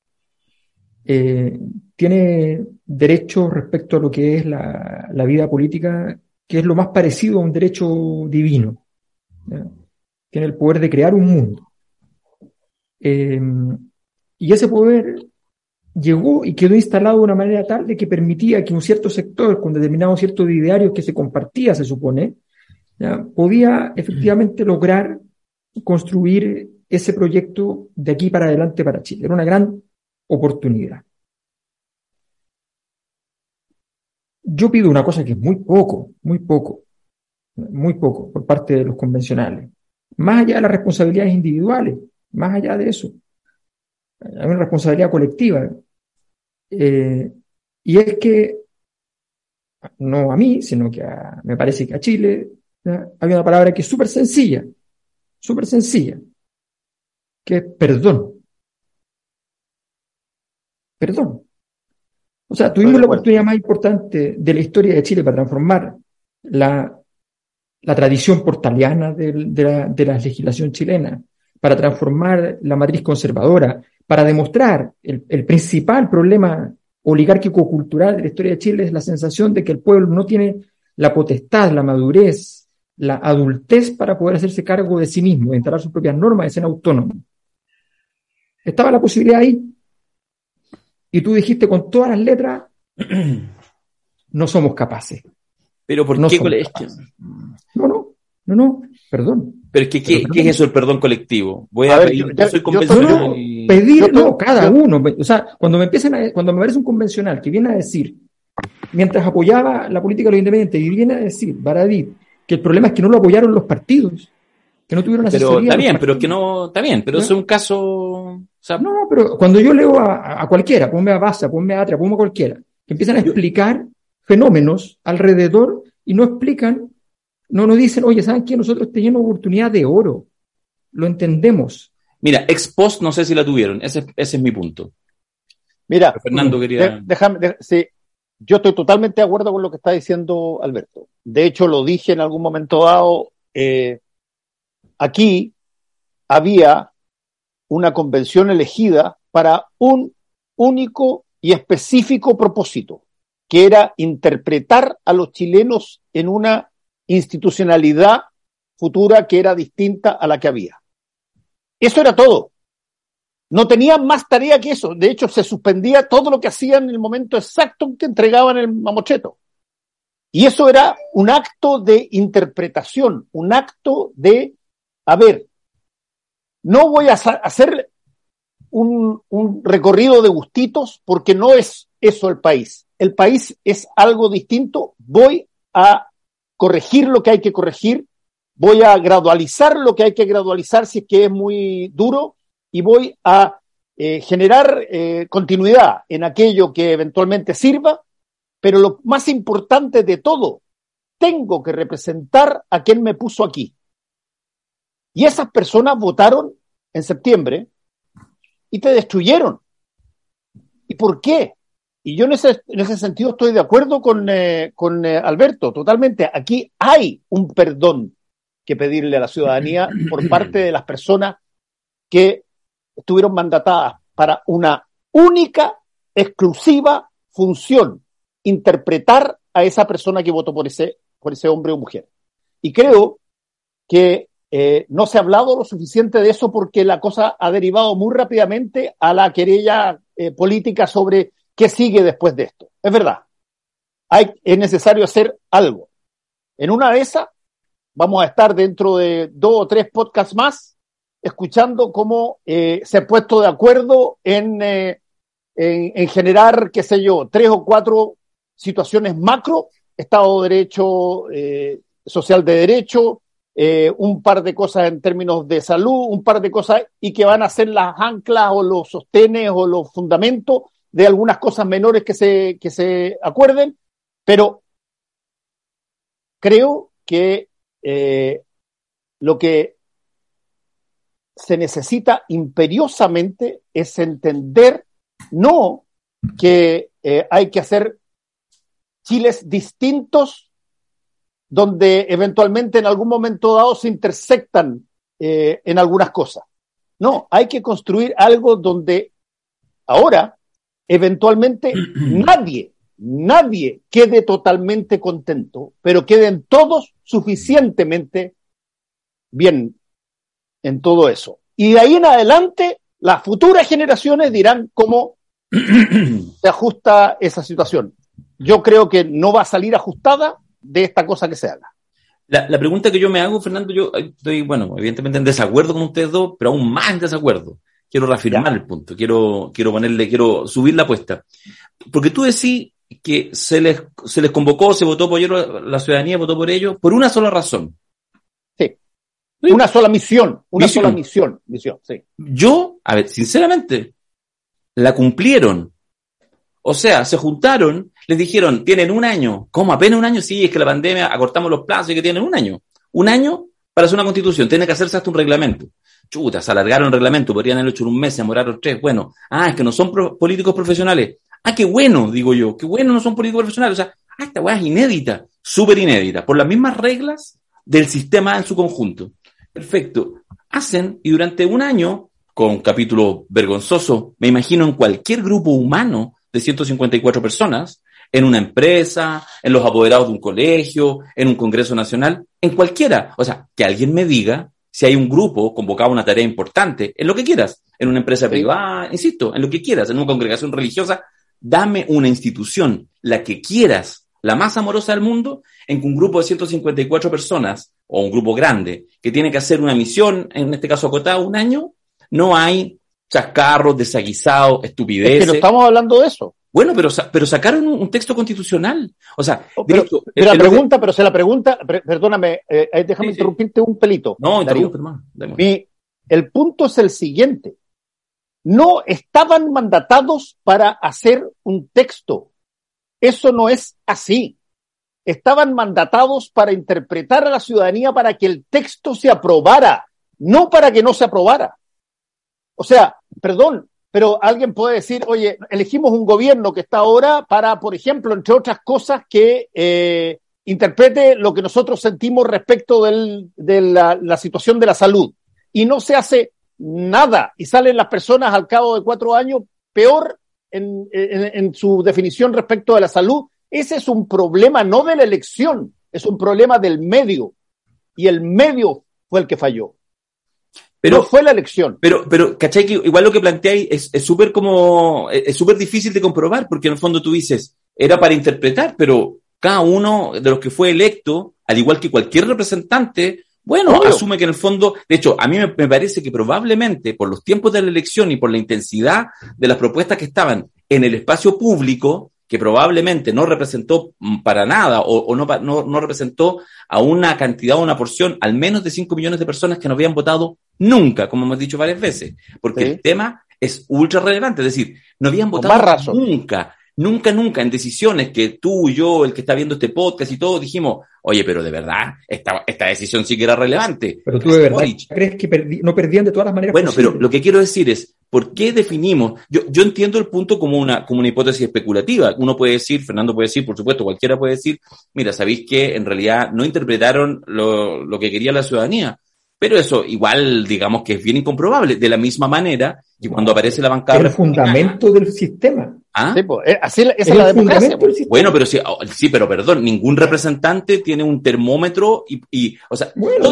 tiene derechos respecto a lo que es la vida política, que es lo más parecido a un derecho divino, ¿ya? Tiene el poder de crear un mundo. Y ese poder llegó y quedó instalado de una manera tal de que permitía que un cierto sector, con determinados ciertos idearios que se compartía, se supone, ¿ya? Podía efectivamente lograr construir ese proyecto de aquí para adelante para Chile. Era una gran oportunidad. Yo pido una cosa que es muy poco por parte de los convencionales. Más allá de las responsabilidades individuales, más allá de eso, hay una responsabilidad colectiva. Y es que, no a mí, sino que me parece que a Chile, ¿ya? Hay una palabra que es súper sencilla, que es perdón. Perdón. O sea, tuvimos la oportunidad más importante de la historia de Chile para transformar la tradición portaliana de la legislación chilena, para transformar la matriz conservadora, para demostrar el principal problema oligárquico-cultural de la historia de Chile es la sensación de que el pueblo no tiene la potestad, la madurez, la adultez para poder hacerse cargo de sí mismo, de instalar sus propias normas, de ser autónomo. Estaba la posibilidad ahí. Y tú dijiste con todas las letras, no somos capaces. ¿Pero por No qué somos colegio? No, perdón. Pero es que, ¿qué es eso el perdón colectivo? Voy a, A ver, pedir, yo soy yo convencional. Pedir, cada uno. O sea, cuando me parece un convencional que viene a decir, mientras apoyaba la política de los independientes, y viene a decir, Baradit, que el problema es que no lo apoyaron los partidos, que no tuvieron asesoría. Pero está bien, pero es que no, está bien, pero eso es un caso. O sea, no, pero cuando yo leo a cualquiera, ponme a Baza, ponme a Atria, ponme a cualquiera, que empiezan a explicar fenómenos alrededor y no explican, no nos dicen, oye, ¿saben qué? Nosotros tenemos oportunidad de oro, lo entendemos. Mira, ex post no sé si la tuvieron, ese es mi punto. Mira, Fernando quería... sí, yo estoy totalmente de acuerdo con lo que está diciendo Alberto. De hecho, lo dije en algún momento dado, aquí había una convención elegida para un único y específico propósito, que era interpretar a los chilenos en una institucionalidad futura que era distinta a la que había. Eso era todo. No tenían más tarea que eso. De hecho, se suspendía todo lo que hacían en el momento exacto en que entregaban el mamocheto. Y eso era un acto de interpretación, un acto de, a ver, no voy a hacer un recorrido de gustitos porque no es eso el país. El país es algo distinto. Voy a corregir lo que hay que corregir. Voy a gradualizar lo que hay que gradualizar si es que es muy duro y voy a generar continuidad en aquello que eventualmente sirva, pero lo más importante de todo, tengo que representar a quien me puso aquí. Y esas personas votaron en septiembre y te destruyeron. ¿Y por qué? Y yo en ese sentido estoy de acuerdo con Alberto, totalmente. Aquí hay un perdón que pedirle a la ciudadanía por parte de las personas que estuvieron mandatadas para una única, exclusiva función, interpretar a esa persona que votó por ese hombre o mujer. Y creo que no se ha hablado lo suficiente de eso porque la cosa ha derivado muy rápidamente a la querella política sobre qué sigue después de esto. Es verdad, es necesario hacer algo. En una de esas, vamos a estar dentro de 2 o 3 podcasts más escuchando cómo se ha puesto de acuerdo en generar, qué sé yo, 3 o 4 situaciones macro, Estado de Derecho, social de derecho, un par de cosas en términos de salud, un par de cosas y que van a ser las anclas o los sostenes o los fundamentos de algunas cosas menores que se acuerden, pero creo que lo que se necesita imperiosamente es entender no que hay que hacer Chiles distintos donde eventualmente en algún momento dado se intersectan en algunas cosas. No, hay que construir algo donde ahora eventualmente nadie quede totalmente contento, pero queden todos suficientemente bien en todo eso. Y de ahí en adelante, las futuras generaciones dirán cómo se ajusta esa situación. Yo creo que no va a salir ajustada de esta cosa que se haga. La pregunta que yo me hago, Fernando, yo estoy, bueno, evidentemente en desacuerdo con ustedes dos, pero aún más en desacuerdo. Quiero reafirmar el punto, quiero subir la apuesta. Porque tú decís que se les convocó, se votó por ellos, la ciudadanía votó por ellos, por una sola razón. Sí. Una sola misión, sí. Yo, a ver, sinceramente, la cumplieron. O sea, se juntaron, les dijeron, tienen un año. ¿Cómo? ¿Apenas un año? Sí, es que la pandemia, acortamos los plazos y que tienen un año. Un año para hacer una constitución, tiene que hacerse hasta un reglamento. Chuta, se alargaron el reglamento, podrían haberlo hecho en un mes, se demoraron 3. Bueno, es que no son políticos profesionales. Qué bueno, digo yo, qué bueno no son políticos profesionales. O sea, esta weá es inédita, súper inédita, por las mismas reglas del sistema en su conjunto. Perfecto. Hacen, y durante un año, con un capítulo vergonzoso, me imagino en cualquier grupo humano de 154 personas, en una empresa, en los apoderados de un colegio, en un congreso nacional, en cualquiera. O sea, que alguien me diga si hay un grupo convocado a una tarea importante, en lo que quieras, en una empresa privada, insisto, en lo que quieras, en una congregación religiosa, dame una institución, la que quieras, la más amorosa del mundo, en que un grupo de 154 personas, o un grupo grande, que tiene que hacer una misión, en este caso acotada, un año, no hay chascarros, desaguisados, estupideces. Es que no estamos hablando de eso. Bueno, pero sacaron un texto constitucional. O sea, perdóname, déjame interrumpirte un pelito. No, interrumpe, hermano. El punto es el siguiente. No estaban mandatados para hacer un texto. Eso no es así. Estaban mandatados para interpretar a la ciudadanía para que el texto se aprobara, no para que no se aprobara. O sea, perdón, pero alguien puede decir, oye, elegimos un gobierno que está ahora para, por ejemplo, entre otras cosas, que interprete lo que nosotros sentimos respecto de la situación de la salud. Y no se hace nada. Y salen las personas al cabo de 4 años peor en su definición respecto de la salud. Ese es un problema no de la elección, es un problema del medio. Y el medio fue el que falló. Pero no fue la elección. Pero, ¿cachai? Que igual lo que planteáis es súper difícil de comprobar, porque en el fondo tú dices, era para interpretar, pero cada uno de los que fue electo, al igual que cualquier representante, bueno, asume que en el fondo, de hecho, a mí me parece que probablemente por los tiempos de la elección y por la intensidad de las propuestas que estaban en el espacio público, que probablemente no representó para nada o no representó a una cantidad o una porción, al menos de 5 millones de personas que no habían votado nunca, como hemos dicho varias veces, porque el tema es ultra relevante, es decir, no habían votado nunca en decisiones que tú, yo, el que está viendo este podcast y todo, dijimos, oye, pero de verdad, esta decisión sí que era relevante. Pero tú de verdad crees que no perdían de todas las maneras posibles. Pero lo que quiero decir es, ¿por qué definimos? Yo entiendo el punto como una hipótesis especulativa. Uno puede decir, Fernando puede decir, por supuesto, cualquiera puede decir, mira, ¿sabéis que en realidad no interpretaron lo que quería la ciudadanía? Pero eso igual, digamos que es bien incomprobable, de la misma manera que cuando aparece la bancada... El fundamento del sistema. Sí, pues, esa es la democracia. Pues. Bueno, pero sí, pero perdón, ningún representante tiene un termómetro o sea,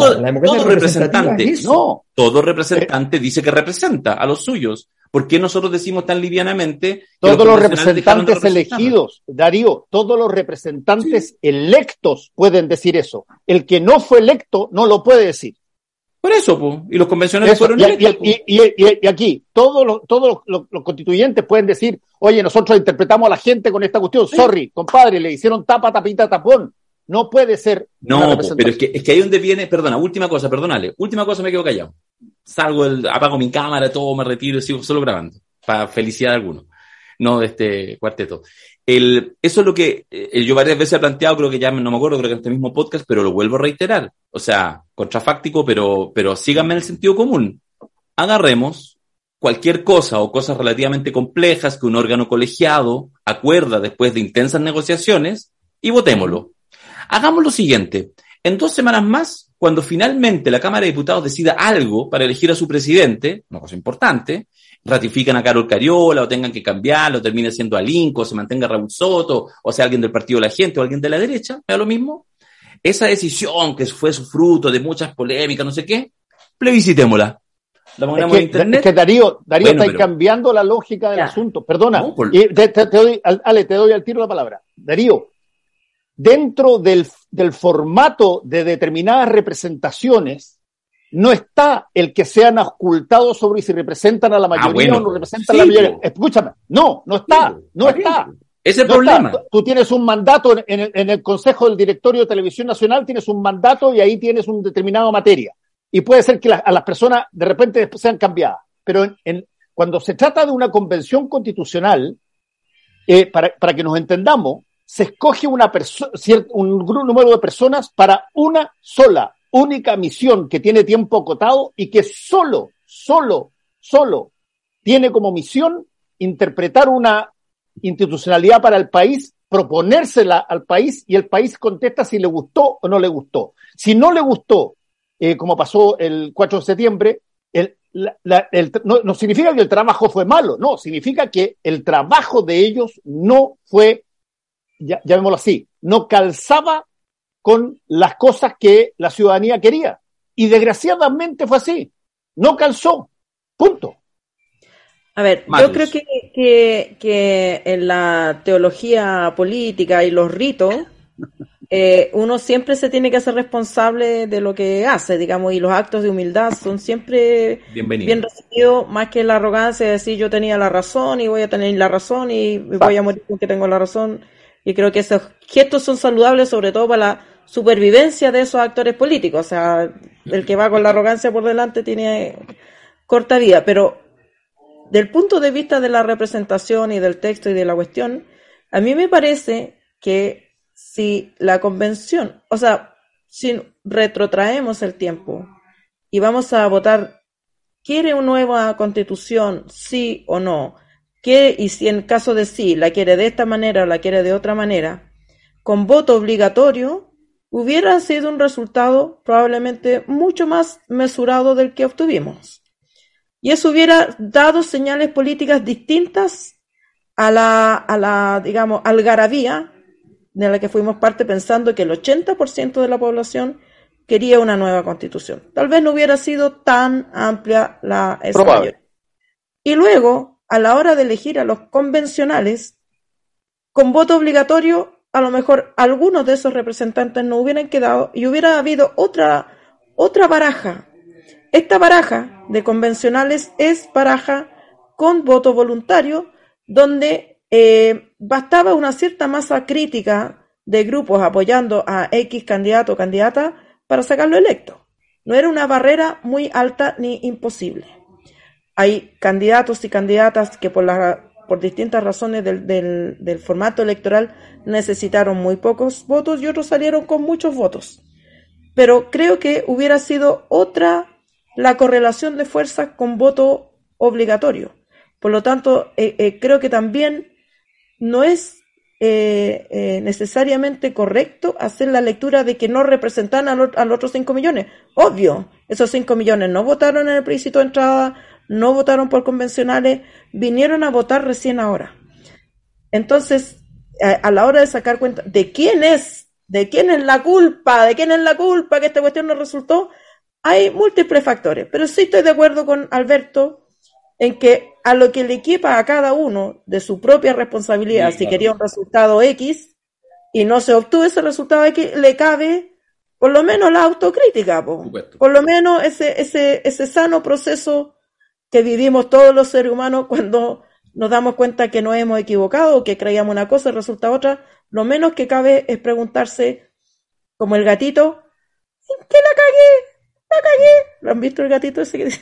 todo representante dice que representa a los suyos. ¿Por qué nosotros decimos tan livianamente? Todos los representantes elegidos, Darío, todos los representantes electos pueden decir eso. El que no fue electo no lo puede decir. Por eso, pues, y los convencionales fueron electos. Y aquí, todos los constituyentes pueden decir, oye, nosotros interpretamos a la gente con esta cuestión, sorry, compadre, le hicieron tapa, tapita, tapón. No puede ser. No, pero es que ahí donde viene, última cosa me quedo callado. Apago mi cámara, todo, me retiro y sigo solo grabando, para felicidad de algunos, no de este cuarteto. Eso es lo que yo varias veces he planteado, creo que ya no me acuerdo, creo que en este mismo podcast, pero lo vuelvo a reiterar. O sea, contrafáctico, pero síganme en el sentido común. Agarremos cualquier cosa o cosas relativamente complejas que un órgano colegiado acuerda después de intensas negociaciones y votémoslo. Hagamos lo siguiente. En 2 semanas más, cuando finalmente la Cámara de Diputados decida algo para elegir a su presidente, una cosa importante, ratifican a Carol Cariola, o tengan que cambiarlo, o termine siendo Alinco, o se mantenga Raúl Soto, o sea alguien del Partido de la Gente, o alguien de la derecha, ¿me da lo mismo? Esa decisión que fue su fruto de muchas polémicas, no sé qué, plebiscitémosla. La ponemos en internet. Es que Darío, está cambiando la lógica del asunto. Perdona, te doy al tiro la palabra. Darío, dentro del formato de determinadas representaciones, no está el que sean ocultados sobre si representan a la mayoría o no representan a la mayoría. Escúchame, no está. Ese es el problema. Tú tienes un mandato en el Consejo del Directorio de Televisión Nacional, tienes un mandato y ahí tienes una determinada materia. Y puede ser que a las personas de repente sean cambiadas. Pero cuando se trata de una convención constitucional, para que nos entendamos, se escoge un número de personas para una única misión que tiene tiempo acotado y que solo tiene como misión interpretar una institucionalidad para el país, proponérsela al país y el país contesta si le gustó o no le gustó. Si no le gustó, como pasó el 4 de septiembre, no significa que el trabajo fue malo, no, significa que el trabajo de ellos no fue, llamémoslo así, no calzaba con las cosas que la ciudadanía quería. Y desgraciadamente fue así, no calzó, punto. A ver, Marius. yo creo que en la teología política y los ritos, uno siempre se tiene que hacer responsable de lo que hace, digamos, y los actos de humildad son siempre bien recibidos, más que la arrogancia de decir yo tenía la razón y voy a tener la razón y voy a morir porque tengo la razón. Y creo que esos gestos son saludables, sobre todo para la supervivencia de esos actores políticos. O sea, el que va con la arrogancia por delante tiene corta vida, pero del punto de vista de la representación y del texto y de la cuestión, a mí me parece que si la convención, o sea, si retrotraemos el tiempo y vamos a votar, ¿quiere una nueva constitución, sí o no? Y si en caso de sí, la quiere de esta manera o la quiere de otra manera, con voto obligatorio, hubiera sido un resultado probablemente mucho más mesurado del que obtuvimos. Y eso hubiera dado señales políticas distintas a la digamos, algarabía de la que fuimos parte pensando que el 80% de la población quería una nueva constitución. Tal vez no hubiera sido tan amplia esa mayoría. Y luego, a la hora de elegir a los convencionales, con voto obligatorio, a lo mejor algunos de esos representantes no hubieran quedado y hubiera habido otra baraja. Esta baraja de convencionales es baraja con voto voluntario, donde bastaba una cierta masa crítica de grupos apoyando a X candidato o candidata para sacarlo electo. No era una barrera muy alta ni imposible. Hay candidatos y candidatas que por distintas razones del formato electoral necesitaron muy pocos votos y otros salieron con muchos votos. Pero creo que hubiera sido otra la correlación de fuerzas con voto obligatorio. Por lo tanto, creo que también no es necesariamente correcto hacer la lectura de que no representan a los otros 5 millones. Obvio, esos 5 millones no votaron en el plebiscito de entrada, no votaron por convencionales, vinieron a votar recién ahora. Entonces, a la hora de sacar cuenta de quién es la culpa que esta cuestión no resultó, hay múltiples factores, pero sí estoy de acuerdo con Alberto en que a lo que le equipa a cada uno de su propia responsabilidad, sí, si quería un resultado X y no se obtuvo ese resultado X, le cabe por lo menos la autocrítica, por lo menos ese sano proceso que vivimos todos los seres humanos cuando nos damos cuenta que nos hemos equivocado o que creíamos una cosa y resulta otra. Lo menos que cabe es preguntarse, como el gatito, ¿en qué la cagué? ¿Lo han visto el gatito ese que dice?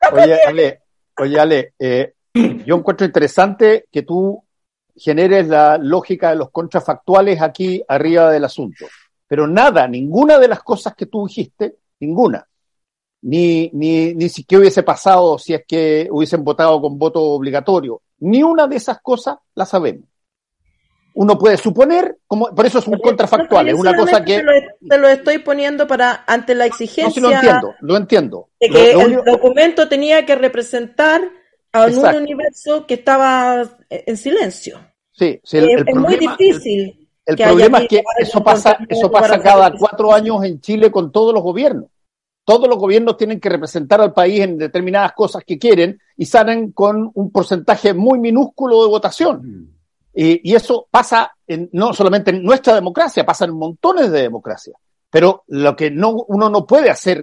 Oye, Ale, yo encuentro interesante que tú generes la lógica de los contrafactuales aquí arriba del asunto. Pero ninguna de las cosas que tú dijiste, ninguna, ni si qué hubiese pasado si es que hubiesen votado con voto obligatorio, ni una de esas cosas la sabemos. Uno puede suponer, por eso es un contrafactual, es una cosa que... Te lo estoy poniendo ante la exigencia... No, sí lo entiendo. De que el documento tenía que representar a un universo que estaba en silencio. Sí, es muy difícil. El problema es que eso pasa cada 4 años en Chile con todos los gobiernos. Todos los gobiernos tienen que representar al país en determinadas cosas que quieren y salen con un porcentaje muy minúsculo de votación. Y eso pasa no solamente en nuestra democracia, pasa en montones de democracias. Pero lo que uno no puede hacer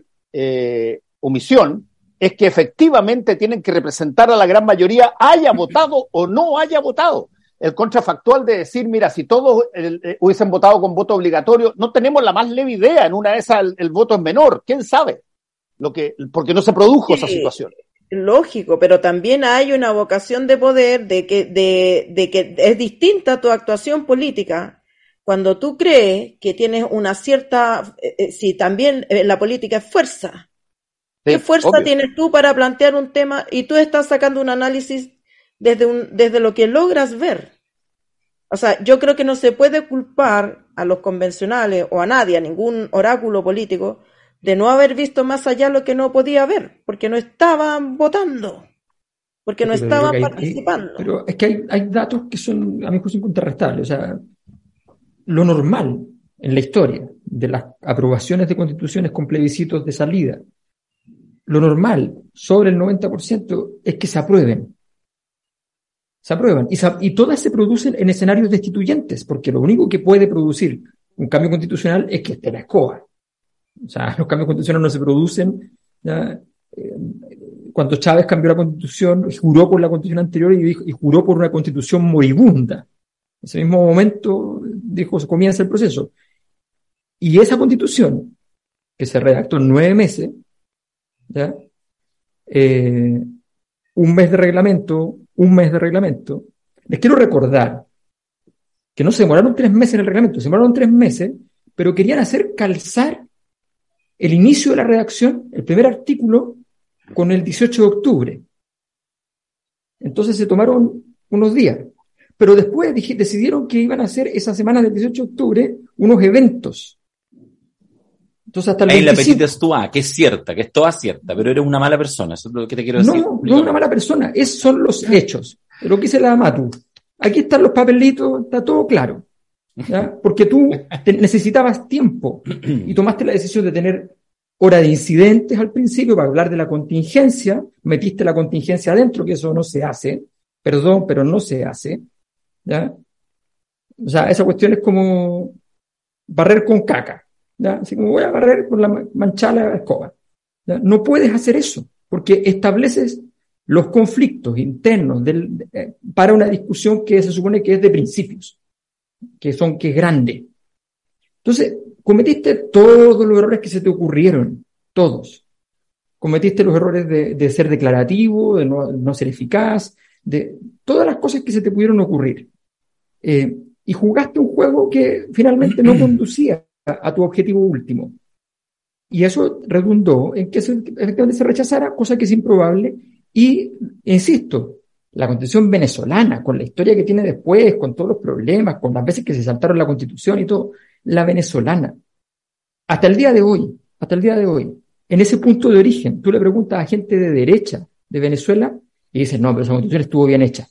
omisión es que efectivamente tienen que representar a la gran mayoría, haya votado o no haya votado. El contrafactual de decir, mira, si todos hubiesen votado con voto obligatorio, no tenemos la más leve idea, en una de esas el voto es menor, ¿quién sabe? Porque no se produjo esa situación. Lógico, pero también hay una vocación de poder de que es distinta tu actuación política cuando tú crees que tienes una cierta, si también la política es fuerza. Sí, ¿Qué fuerza obvio. tienes tú para plantear un tema y tú estás sacando un análisis desde lo que logras ver? O sea, yo creo que no se puede culpar a los convencionales o a nadie, a ningún oráculo político, de no haber visto más allá lo que no podía ver, porque no estaban votando, porque no Pero yo estaban creo que participando. pero es que hay datos que son, a mi juicio, incontrarrestables. O sea, lo normal en la historia de las aprobaciones de constituciones con plebiscitos de salida, lo normal, sobre el 90%, es que se aprueben. Se aprueban. Y todas se producen en escenarios destituyentes, porque lo único que puede producir un cambio constitucional es que esté la escoba. O sea, los cambios constitucionales no se producen. ¿Ya? Cuando Chávez cambió la constitución, juró por la constitución anterior y juró por una constitución moribunda. En ese mismo momento dijo, se comienza el proceso. Y esa constitución, que se redactó en 9 meses, ¿ya? Un mes de reglamento, les quiero recordar que no se demoraron 3 meses en el reglamento, se demoraron 3 meses, pero querían hacer calzar el inicio de la redacción, el primer artículo, con el 18 de octubre. Entonces se tomaron unos días, pero después decidieron que iban a hacer esa semana del 18 de octubre unos eventos. Entonces hasta el Ahí 25... la petita es tú, que es cierta, que es toda cierta, pero eres una mala persona, eso es lo que te quiero decir. No es una mala persona, son los hechos. Lo que dice la Matu. Aquí están los papelitos, está todo claro. ¿Ya? Porque tú necesitabas tiempo y tomaste la decisión de tener hora de incidentes al principio para hablar de la contingencia, metiste la contingencia adentro, que eso no se hace, perdón, pero no se hace. ¿Ya? O sea, esa cuestión es como barrer con caca. ¿Ya? Así como voy a barrer con la manchada de la escoba. ¿Ya? No puedes hacer eso, porque estableces los conflictos internos para una discusión que se supone que es de principios, que es grande. Entonces, cometiste todos los errores que se te ocurrieron, todos. Cometiste los errores de ser declarativo, de no ser eficaz, de todas las cosas que se te pudieron ocurrir. Y jugaste un juego que finalmente no conducía a tu objetivo último. Y eso redundó en que efectivamente se rechazara, cosa que es improbable. Y, insisto, la Constitución venezolana, con la historia que tiene después, con todos los problemas, con las veces que se saltaron la Constitución y todo, la venezolana, hasta el día de hoy, en ese punto de origen, tú le preguntas a gente de derecha de Venezuela y dices, no, pero esa Constitución estuvo bien hecha.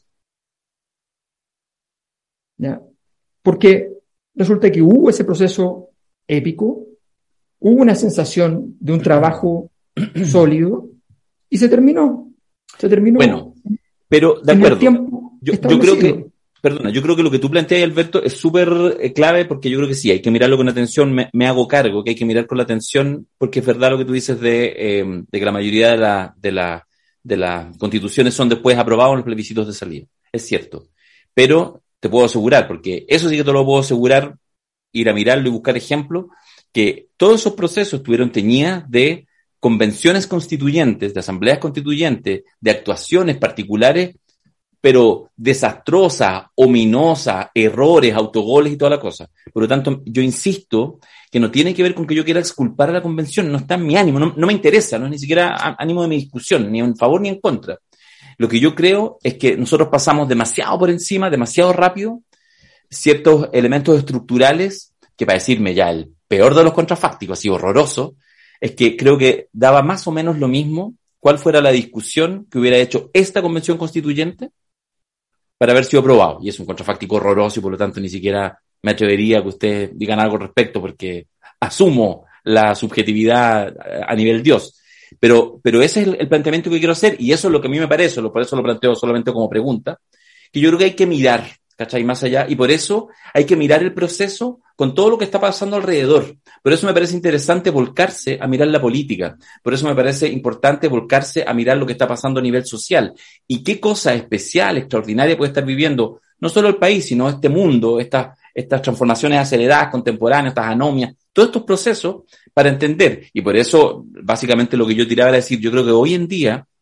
¿Ya? Porque resulta que hubo ese proceso épico, hubo una sensación de un trabajo sólido y se terminó. Bueno, pero de acuerdo. Yo creo que, yo creo que lo que tú planteas, Alberto, es súper clave, porque yo creo que sí, hay que mirarlo con atención. Me hago cargo que hay que mirar con la atención, porque es verdad lo que tú dices de que la mayoría de las constituciones son después aprobadas en los plebiscitos de salida. Es cierto. Pero te puedo asegurar, porque eso sí que te lo puedo asegurar, ir a mirarlo y buscar ejemplos, que todos esos procesos estuvieron teñidas de convenciones constituyentes, de asambleas constituyentes, de actuaciones particulares, pero desastrosas, ominosas, errores, autogoles y toda la cosa. Por lo tanto, yo insisto que no tiene que ver con que yo quiera exculpar a la convención, no está en mi ánimo, no me interesa, no es ni siquiera ánimo de mi discusión, ni en favor ni en contra. Lo que yo creo es que nosotros pasamos demasiado por encima, demasiado rápido, ciertos elementos estructurales, que para decirme ya el peor de los contrafácticos, así horroroso, es que creo que daba más o menos lo mismo cuál fuera la discusión que hubiera hecho esta convención constituyente para haber sido aprobado. Y es un contrafáctico horroroso y por lo tanto ni siquiera me atrevería a que ustedes digan algo al respecto porque asumo la subjetividad a nivel Dios. Pero ese es el planteamiento que quiero hacer y eso es lo que a mí me parece, por eso lo planteo solamente como pregunta, que yo creo que hay que mirar, ¿cachai? Más allá, y por eso hay que mirar el proceso con todo lo que está pasando alrededor. Por eso me parece interesante volcarse a mirar la política. Por eso me parece importante volcarse a mirar lo que está pasando a nivel social. Y qué cosa especial, extraordinaria puede estar viviendo no solo el país, sino este mundo, estas transformaciones aceleradas, contemporáneas, estas anomias, todos estos procesos para entender. Y por eso, básicamente, lo que yo tiraba era decir, yo creo que hoy en día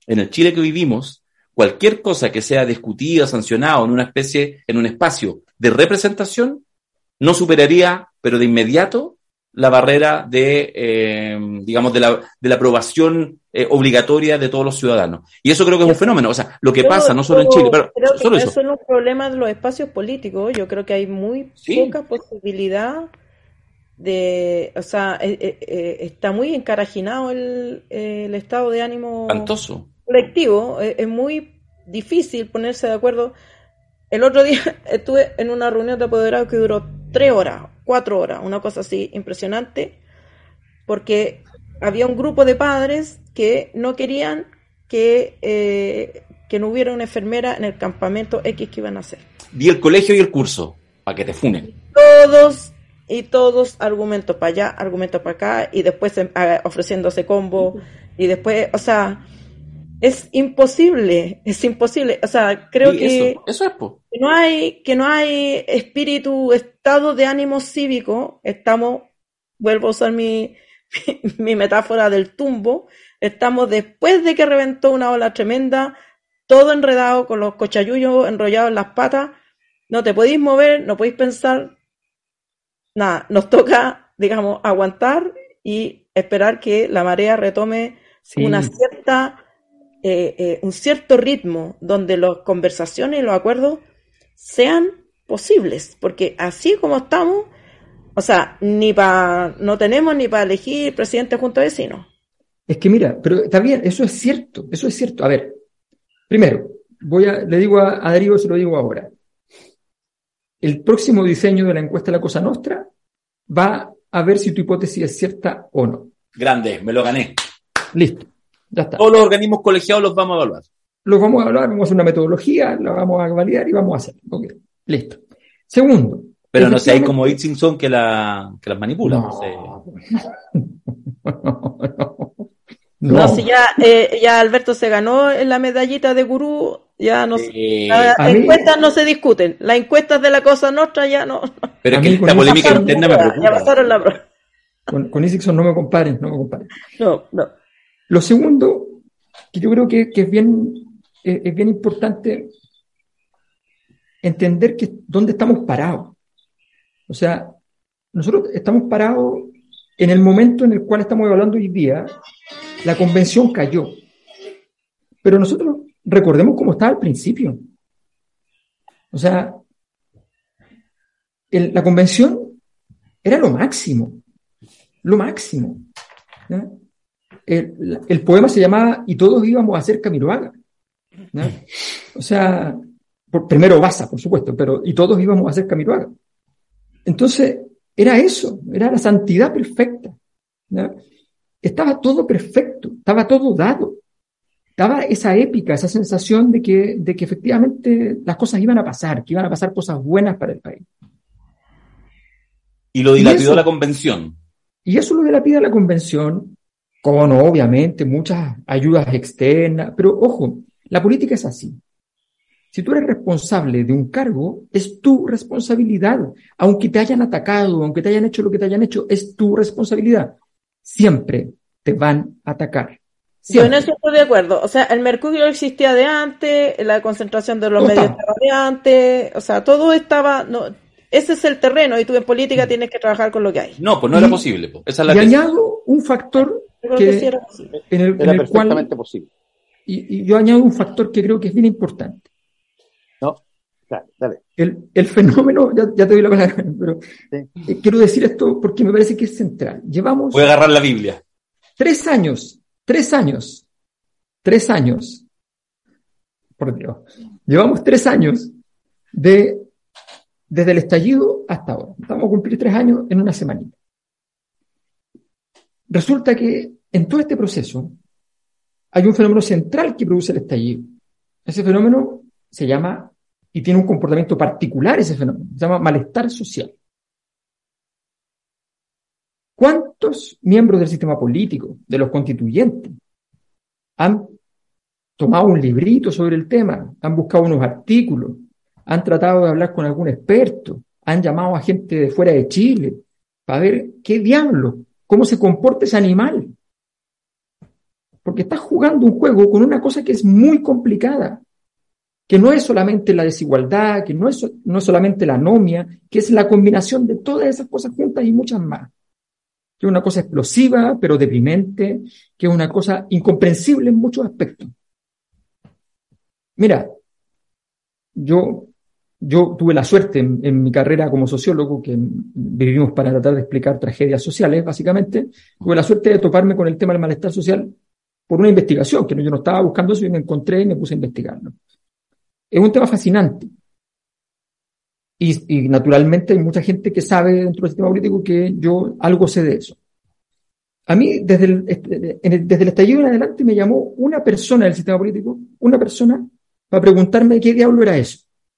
en el Chile que vivimos, cualquier cosa que sea discutida, sancionada en un espacio de representación, no superaría, pero de inmediato, la barrera digamos, de la aprobación obligatoria de todos los ciudadanos. Y eso creo que es un fenómeno. O sea, lo que pasa no solo en Chile, pero creo solo que eso. eso es un problema de los espacios políticos. Yo creo que hay muy poca posibilidad o sea, está muy encarajinado el estado de ánimo Espantoso. colectivo. Es muy difícil ponerse de acuerdo. El otro día estuve en una reunión de apoderados que duró 3 horas, 4 horas, una cosa así impresionante, porque había un grupo de padres que no querían que no hubiera una enfermera en el campamento X que iban a hacer. Di el colegio y el curso, para que te funen. Todos argumentos para allá, argumentos para acá, y después ofreciéndose combo, y después, o sea, es imposible, o sea, creo que eso es, po. que no hay espíritu, estado de ánimo cívico. Vuelvo a usar mi metáfora del tumbo, estamos después de que reventó una ola tremenda, todo enredado con los cochayullos enrollados en las patas, no te podéis mover, no podéis pensar, nada, nos toca, digamos, aguantar y esperar que la marea retome un cierto ritmo donde las conversaciones y los acuerdos sean posibles, porque así como estamos, o sea, no tenemos ni para elegir presidente junto a vecinos. Es que mira, pero está bien, eso es cierto. A ver, primero, le digo a Darío, se lo digo ahora. El próximo diseño de la encuesta de la Cosa Nostra va a ver si tu hipótesis es cierta o no. Grande, me lo gané. Listo, ya está. Todos los organismos colegiados los vamos a evaluar. Los vamos a evaluar, vamos a hacer una metodología, la vamos a validar y vamos a hacer. Ok, listo. Segundo. Pero no seáis como Itzinson que las manipula. No, si ya Alberto se ganó en la medallita de gurú, ya no las encuestas no se discuten. Las encuestas de la Cosa Nostra ya no. Pero es que esta polémica interna me preocupa. Ya pasaron la prueba. Con Itzinson no me comparen. No. Lo segundo, que yo creo que es bien importante entender dónde estamos parados. O sea, nosotros estamos parados en el momento en el cual estamos evaluando hoy día. La convención cayó. Pero nosotros recordemos cómo estaba al principio. O sea, la convención era lo máximo. ¿Ya? El poema se llamaba Y todos íbamos a hacer Camiroaga. ¿Ya? O sea, primero Baza, por supuesto, pero y todos íbamos a hacer Camiroaga. Entonces, era eso, era la santidad perfecta. ¿Ya? Estaba todo perfecto, estaba todo dado. Daba esa épica, esa sensación de que efectivamente las cosas iban a pasar, que iban a pasar cosas buenas para el país. Y lo dilapidó la convención. Y eso lo dilapida la convención, con obviamente muchas ayudas externas, pero ojo, la política es así. Si tú eres responsable de un cargo, es tu responsabilidad. Aunque te hayan atacado, aunque te hayan hecho lo que te hayan hecho, es tu responsabilidad. Siempre te van a atacar. Siempre. Yo en eso estoy de acuerdo. O sea, el mercurio existía de antes, la concentración de los medios estaba de antes, o sea, todo estaba... No, ese es el terreno y tú en política tienes que trabajar con lo que hay. No, pues no era posible. Pues. Esa es la y añado un factor que sí era posible. Era perfectamente posible. Y yo añado un factor que creo que es bien importante. No, dale. El fenómeno, ya te doy la palabra, pero sí. Quiero decir esto porque me parece que es central. Voy a agarrar la Biblia. 3 años, por Dios, llevamos 3 años desde el estallido hasta ahora. Vamos a cumplir 3 años en una semanita. Resulta que en todo este proceso hay un fenómeno central que produce el estallido. Ese fenómeno se llama, y tiene un comportamiento particular ese fenómeno, se llama malestar social. ¿Cuántos miembros del sistema político, de los constituyentes, han tomado un librito sobre el tema, han buscado unos artículos, han tratado de hablar con algún experto, han llamado a gente de fuera de Chile para ver qué diablo, cómo se comporta ese animal? porque estás jugando un juego con una cosa que es muy complicada, que no es solamente la desigualdad, que no es solamente la anomia, que es la combinación de todas esas cosas juntas y muchas más. Que es una cosa explosiva, pero deprimente, que es una cosa incomprensible en muchos aspectos. Mira, yo tuve la suerte en mi carrera como sociólogo, que vivimos para tratar de explicar tragedias sociales, básicamente, tuve la suerte de toparme con el tema del malestar social por una investigación, que yo no estaba buscando eso y me encontré y me puse a investigarlo. Es un tema fascinante. Y naturalmente hay mucha gente que sabe dentro del sistema político que yo algo sé de eso. A mí, desde el estallido en adelante, me llamó una persona del sistema político, una persona, para preguntarme qué diablo era eso.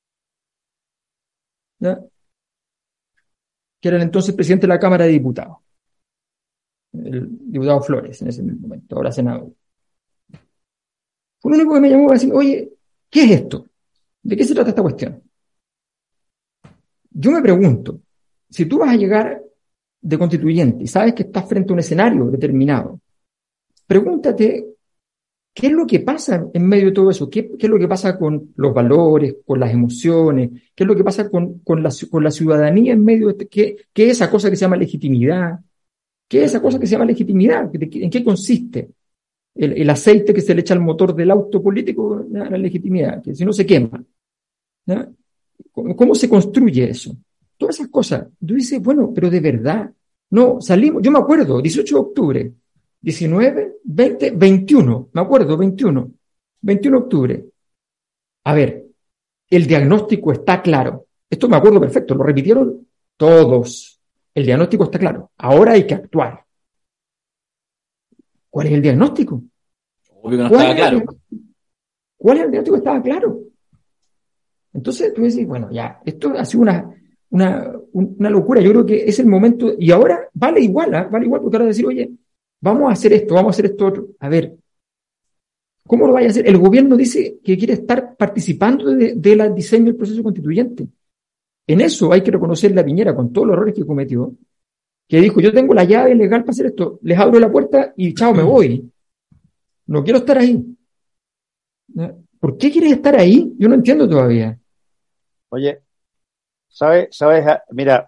¿Ya? Que era el entonces presidente de la Cámara de Diputados, el diputado Flores, en ese momento, ahora senador. Fue lo único que me llamó para decir, oye, ¿qué es esto? ¿De qué se trata esta cuestión? Yo me pregunto, si tú vas a llegar de constituyente y sabes que estás frente a un escenario determinado, pregúntate qué es lo que pasa en medio de todo eso, qué es lo que pasa con los valores, con las emociones, qué es lo que pasa con la ciudadanía en medio de qué es esa cosa que se llama legitimidad, qué es esa cosa que se llama legitimidad, en qué consiste el aceite que se le echa al motor del auto político, la legitimidad, que si no se quema. ¿Ya? ¿Cómo se construye eso? Todas esas cosas. Tú dices, bueno, pero de verdad, no, salimos, yo me acuerdo, 18 de octubre, 19, 20, 21, me acuerdo, 21 de octubre. A ver, el diagnóstico está claro. Esto me acuerdo perfecto, lo repitieron todos. El diagnóstico está claro. Ahora hay que actuar. ¿Cuál es el diagnóstico? Obvio que no estaba claro. ¿Cuál es el diagnóstico? Estaba claro. Entonces tú decís, bueno, ya, esto ha sido una locura. Yo creo que es el momento, y ahora vale igual, porque ahora decir, oye, vamos a hacer esto otro. A ver, ¿cómo lo vaya a hacer? El gobierno dice que quiere estar participando del diseño del proceso constituyente. En eso hay que reconocerle a Piñera, con todos los errores que cometió, que dijo, yo tengo la llave legal para hacer esto, les abro la puerta y chao, me voy. No quiero estar ahí. ¿Por qué quieres estar ahí? Yo no entiendo todavía. Oye, ¿sabes? Mira,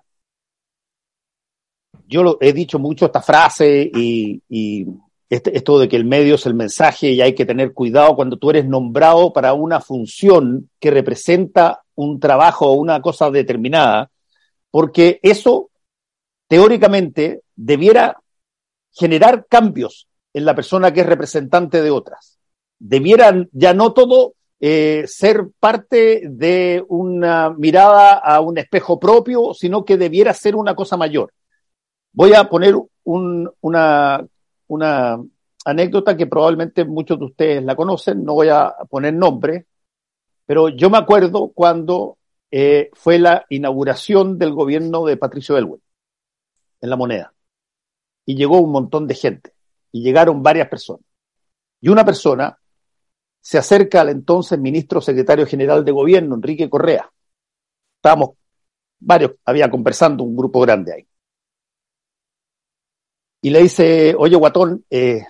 yo he dicho mucho esta frase y esto de que el medio es el mensaje y hay que tener cuidado cuando tú eres nombrado para una función que representa un trabajo o una cosa determinada, porque eso teóricamente debiera generar cambios en la persona que es representante de otras. Debieran ya no todo ser parte de una mirada a un espejo propio, sino que debiera ser una cosa mayor. Voy a poner una anécdota que probablemente muchos de ustedes la conocen, no voy a poner nombre, pero yo me acuerdo cuando fue la inauguración del gobierno de Patricio Aylwin en La Moneda, y llegó un montón de gente, y llegaron varias personas, y una persona se acerca al entonces ministro secretario general de gobierno, Enrique Correa. Estábamos varios, había conversando un grupo grande ahí. Y le dice, oye, guatón, qué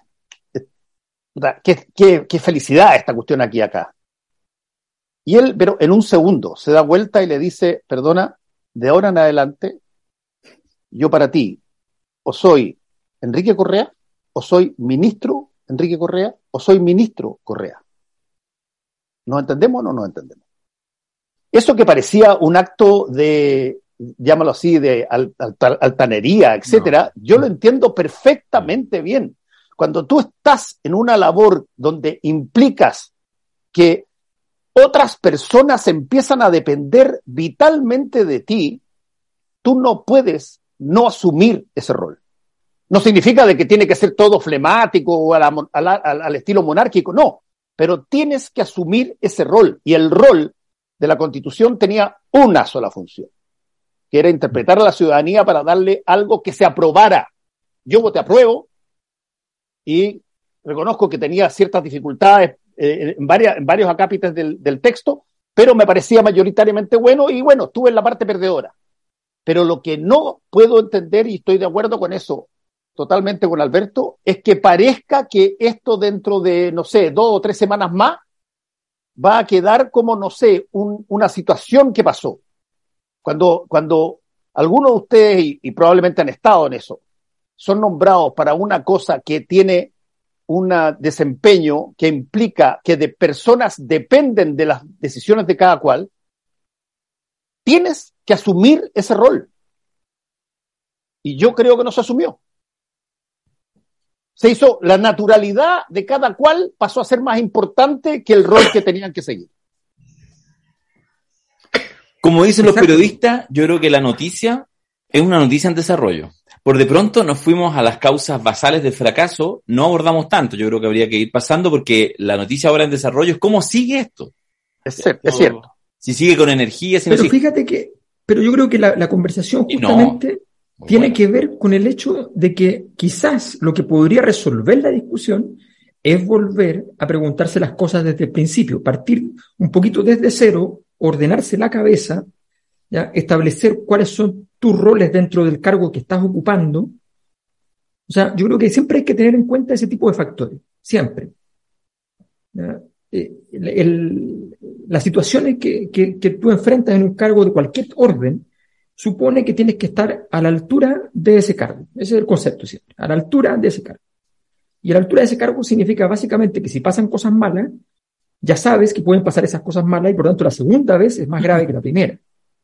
felicidad esta cuestión aquí acá. Y él, pero en un segundo, se da vuelta y le dice, perdona, de ahora en adelante, yo para ti, o soy Enrique Correa, o soy ministro Enrique Correa, o soy ministro Correa. ¿Nos entendemos o no nos entendemos? Eso que parecía un acto de, llámalo así, de altanería, etcétera, yo lo entiendo perfectamente bien. Cuando tú estás en una labor donde implicas que otras personas empiezan a depender vitalmente de ti, tú no puedes no asumir ese rol. No significa de que tiene que ser todo flemático o al estilo monárquico, no. Pero tienes que asumir ese rol. Y el rol de la Constitución tenía una sola función, que era interpretar a la ciudadanía para darle algo que se aprobara. Yo voté apruebo y reconozco que tenía ciertas dificultades en varios acápites del texto, pero me parecía mayoritariamente bueno y bueno, estuve en la parte perdedora. Pero lo que no puedo entender, y estoy de acuerdo con eso, totalmente con Alberto, es que parezca que esto dentro de, no sé, 2 o 3 semanas más, va a quedar como, no sé, una situación que pasó. Cuando algunos de ustedes, y probablemente han estado en eso, son nombrados para una cosa que tiene un desempeño que implica que de personas dependen de las decisiones de cada cual, tienes que asumir ese rol. Y yo creo que no se asumió. Se hizo, la naturalidad de cada cual pasó a ser más importante que el rol que tenían que seguir. Como dicen los periodistas, yo creo que la noticia es una noticia en desarrollo. Por de pronto nos fuimos a las causas basales del fracaso, no abordamos tanto, yo creo que habría que ir pasando porque la noticia ahora en desarrollo es cómo sigue esto. Es cierto. Si sigue con energía, si pero no sigue. Fíjate que, pero yo creo que la conversación justamente tiene que ver con el hecho de que quizás lo que podría resolver la discusión es volver a preguntarse las cosas desde el principio, partir un poquito desde cero, ordenarse la cabeza, ¿ya? Establecer cuáles son tus roles dentro del cargo que estás ocupando. O sea, yo creo que siempre hay que tener en cuenta ese tipo de factores, siempre. Las situaciones que tú enfrentas en un cargo de cualquier orden supone que tienes que estar a la altura de ese cargo. Ese es el concepto siempre, a la altura de ese cargo. Y a la altura de ese cargo significa básicamente que si pasan cosas malas, ya sabes que pueden pasar esas cosas malas y por tanto la segunda vez es más grave que la primera.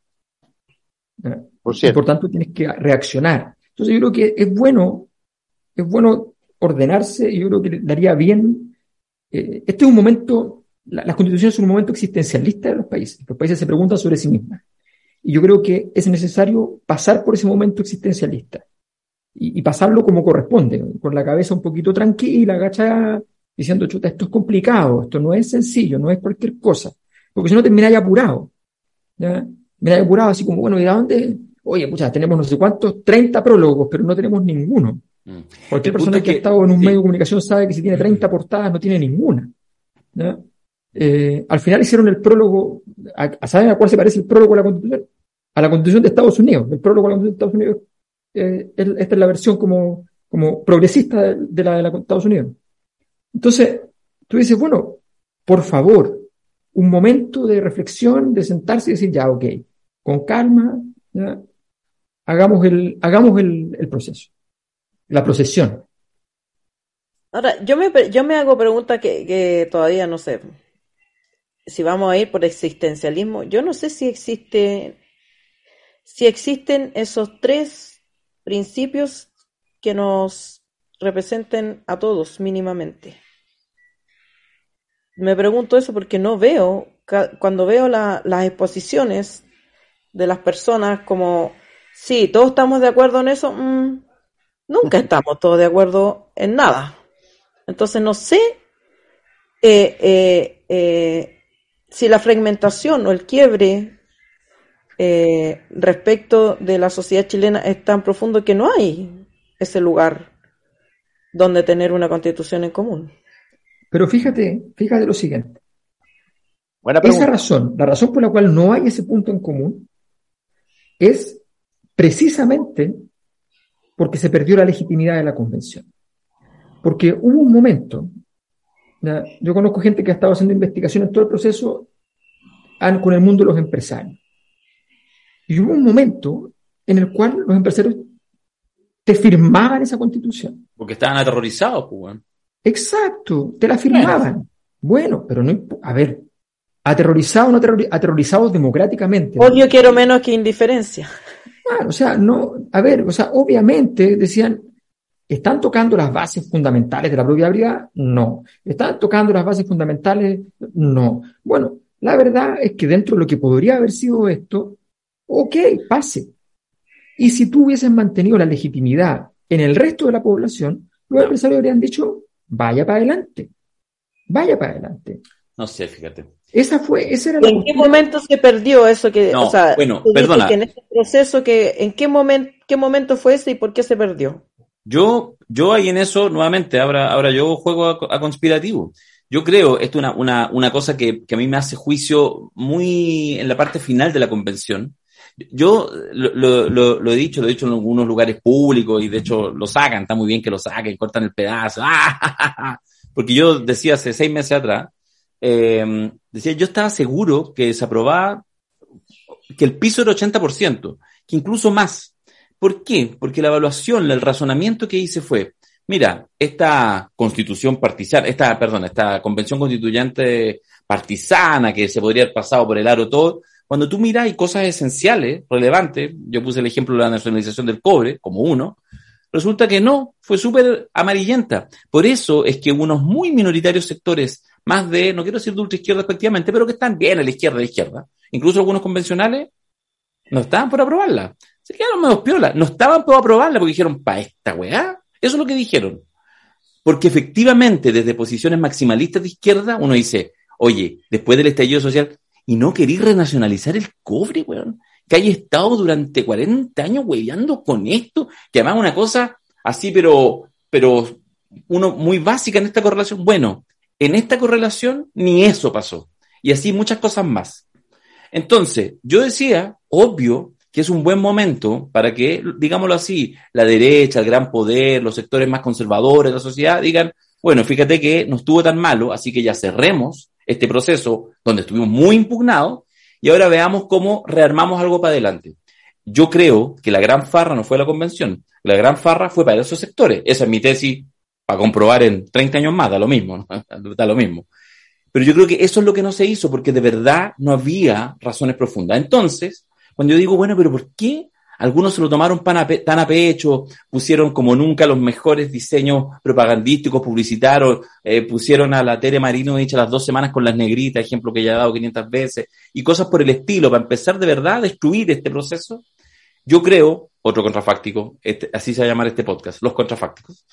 Y por tanto tienes que reaccionar. Entonces yo creo que es bueno ordenarse y yo creo que le daría bien. Este es un momento, las constituciones son un momento existencialista de los países. Los países se preguntan sobre sí mismos. Y yo creo que es necesario pasar por ese momento existencialista y pasarlo como corresponde, con la cabeza un poquito tranquila, agachada, diciendo, chuta, esto es complicado, esto no es sencillo, no es cualquier cosa, porque si no termináis apurado, ¿ya? Termináis apurado así como, bueno, ¿y a dónde? Oye, pucha, tenemos no sé cuántos, 30 prólogos, pero no tenemos ninguno. Cualquier persona que ha estado en un medio de comunicación sabe que si tiene 30 portadas no tiene ninguna, ¿ya? Al final hicieron el prólogo, ¿saben a cuál se parece el prólogo a la Constitución? A la Constitución de Estados Unidos. El prólogo a la Constitución de Estados Unidos, esta es la versión como progresista de la Estados Unidos. Entonces, tú dices, bueno, por favor, un momento de reflexión, de sentarse y decir, ya, ok, con calma, ¿ya? Hagamos el proceso, la procesión. Ahora, yo me hago preguntas que todavía no sé. Si vamos a ir por existencialismo, yo no sé si existen esos 3 principios que nos representen a todos mínimamente. Me pregunto eso porque no veo, cuando veo las exposiciones de las personas como, sí, todos estamos de acuerdo en eso, nunca estamos todos de acuerdo en nada. Entonces no sé si la fragmentación o el quiebre respecto de la sociedad chilena es tan profundo que no hay ese lugar donde tener una constitución en común. Pero fíjate lo siguiente. Buena pregunta. La razón por la cual no hay ese punto en común es precisamente porque se perdió la legitimidad de la convención. Porque hubo un momento, ¿ya? Yo conozco gente que ha estado haciendo investigación en todo el proceso con el mundo de los empresarios. Y hubo un momento en el cual los empresarios te firmaban esa constitución. Porque estaban aterrorizados, pues, bueno. Exacto, te la firmaban. Bueno, pero no, a ver, aterrorizados o no aterrorizados democráticamente. Odio quiero menos que indiferencia. Claro, o sea, no, a ver, o sea, obviamente decían, ¿están tocando las bases fundamentales de la propiedad privada? No. ¿Están tocando las bases fundamentales? No. Bueno, la verdad es que dentro de lo que podría haber sido esto, ok, pase. Y si tú hubieses mantenido la legitimidad en el resto de la población, los empresarios habrían dicho, vaya para adelante. No sé, fíjate. Esa era la ¿En qué momento se perdió eso que, no, o sea, bueno, perdona. Que en este proceso ¿en qué momento fue ese y por qué se perdió? Yo ahí en eso, nuevamente, ahora yo juego a conspirativo. Yo creo, esto es una cosa que a mí me hace juicio muy en la parte final de la convención. Yo lo he dicho en algunos lugares públicos y de hecho lo sacan, está muy bien que lo saquen, cortan el pedazo. ¡Ah! Porque yo decía hace 6 meses atrás, decía, yo estaba seguro que se aprobaba, que el piso era 80%, que incluso más. ¿Por qué? Porque la evaluación, el razonamiento que hice fue, mira, esta constitución partisana, esta convención constituyente partisana que se podría haber pasado por el aro todo, cuando tú miras hay cosas esenciales, relevantes, yo puse el ejemplo de la nacionalización del cobre como uno, resulta que no, fue súper amarillenta. Por eso es que unos muy minoritarios sectores, más de, no quiero decir de ultraizquierda respectivamente, pero que están bien a la izquierda, incluso algunos convencionales, no estaban por aprobarla. Se quedaron medio piola, no estaban por aprobarla porque dijeron, pa' esta weá, eso es lo que dijeron. Porque efectivamente, desde posiciones maximalistas de izquierda, uno dice, oye, después del estallido social, y no querís renacionalizar el cobre, weón, que haya estado durante 40 años hueveando con esto, que además una cosa así, pero uno muy básica en esta correlación. Bueno, en esta correlación ni eso pasó. Y así muchas cosas más. Entonces, yo decía, obvio, que es un buen momento para que, digámoslo así, la derecha, el gran poder, los sectores más conservadores de la sociedad digan, bueno, fíjate que no estuvo tan malo, así que ya cerremos este proceso donde estuvimos muy impugnados y ahora veamos cómo rearmamos algo para adelante. Yo creo que la gran farra no fue la convención, la gran farra fue para esos sectores. Esa es mi tesis para comprobar en 30 años más, da lo mismo, ¿no? Da lo mismo. Pero yo creo que eso es lo que no se hizo porque de verdad no había razones profundas. Entonces, cuando yo digo, bueno, pero ¿por qué algunos se lo tomaron tan a pecho, pusieron como nunca los mejores diseños propagandísticos, publicitarios, pusieron a la Tere Marinovich a las 2 semanas con las negritas, ejemplo que ya he dado 500 veces, y cosas por el estilo, para empezar de verdad a destruir este proceso? Yo creo, otro contrafáctico, así se va a llamar este podcast, los contrafácticos,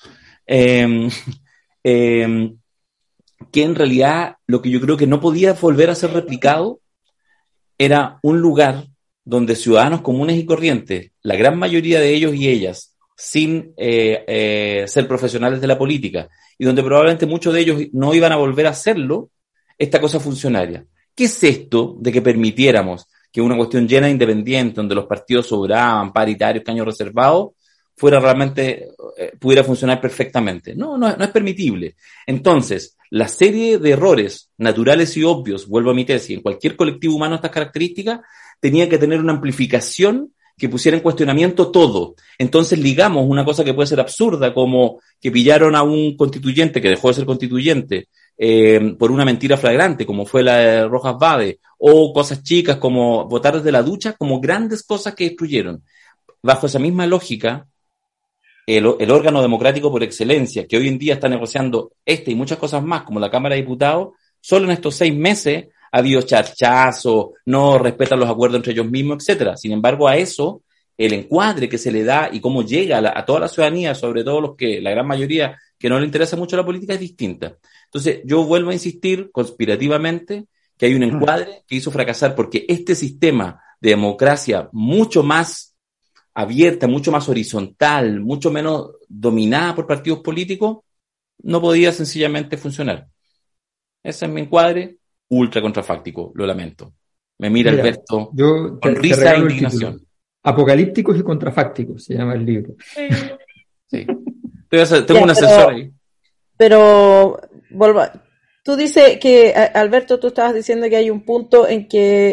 que en realidad lo que yo creo que no podía volver a ser replicado era un lugar donde ciudadanos comunes y corrientes, la gran mayoría de ellos y ellas, sin ser profesionales de la política, y donde probablemente muchos de ellos no iban a volver a hacerlo, esta cosa funcionaria. ¿Qué es esto de que permitiéramos que una cuestión llena de independientes, donde los partidos sobraban, paritarios, caños reservados, fuera realmente, pudiera funcionar perfectamente? No es permitible. Entonces, la serie de errores naturales y obvios, vuelvo a mi tesis, en cualquier colectivo humano estas características, tenía que tener una amplificación que pusiera en cuestionamiento todo. Entonces ligamos una cosa que puede ser absurda, como que pillaron a un constituyente que dejó de ser constituyente por una mentira flagrante, como fue la de Rojas Bade, o cosas chicas como votar desde la ducha, como grandes cosas que destruyeron. Bajo esa misma lógica, el órgano democrático por excelencia, que hoy en día está negociando y muchas cosas más, como la Cámara de Diputados, solo en estos 6 meses ha habido charchazo, no respetan los acuerdos entre ellos mismos, etcétera. Sin embargo, a eso, el encuadre que se le da y cómo llega a toda la ciudadanía, sobre todo los que, la gran mayoría, que no le interesa mucho la política, es distinta. Entonces, yo vuelvo a insistir conspirativamente que hay un encuadre que hizo fracasar porque este sistema de democracia mucho más abierta, mucho más horizontal, mucho menos dominada por partidos políticos, no podía sencillamente funcionar. Ese es mi encuadre. Ultra contrafáctico, lo lamento. Me mira Alberto con risa e indignación. Apocalípticos y contrafácticos se llama el libro. Sí. Tengo un asesor ahí. Pero, tú dices que, Alberto, tú estabas diciendo que hay un punto en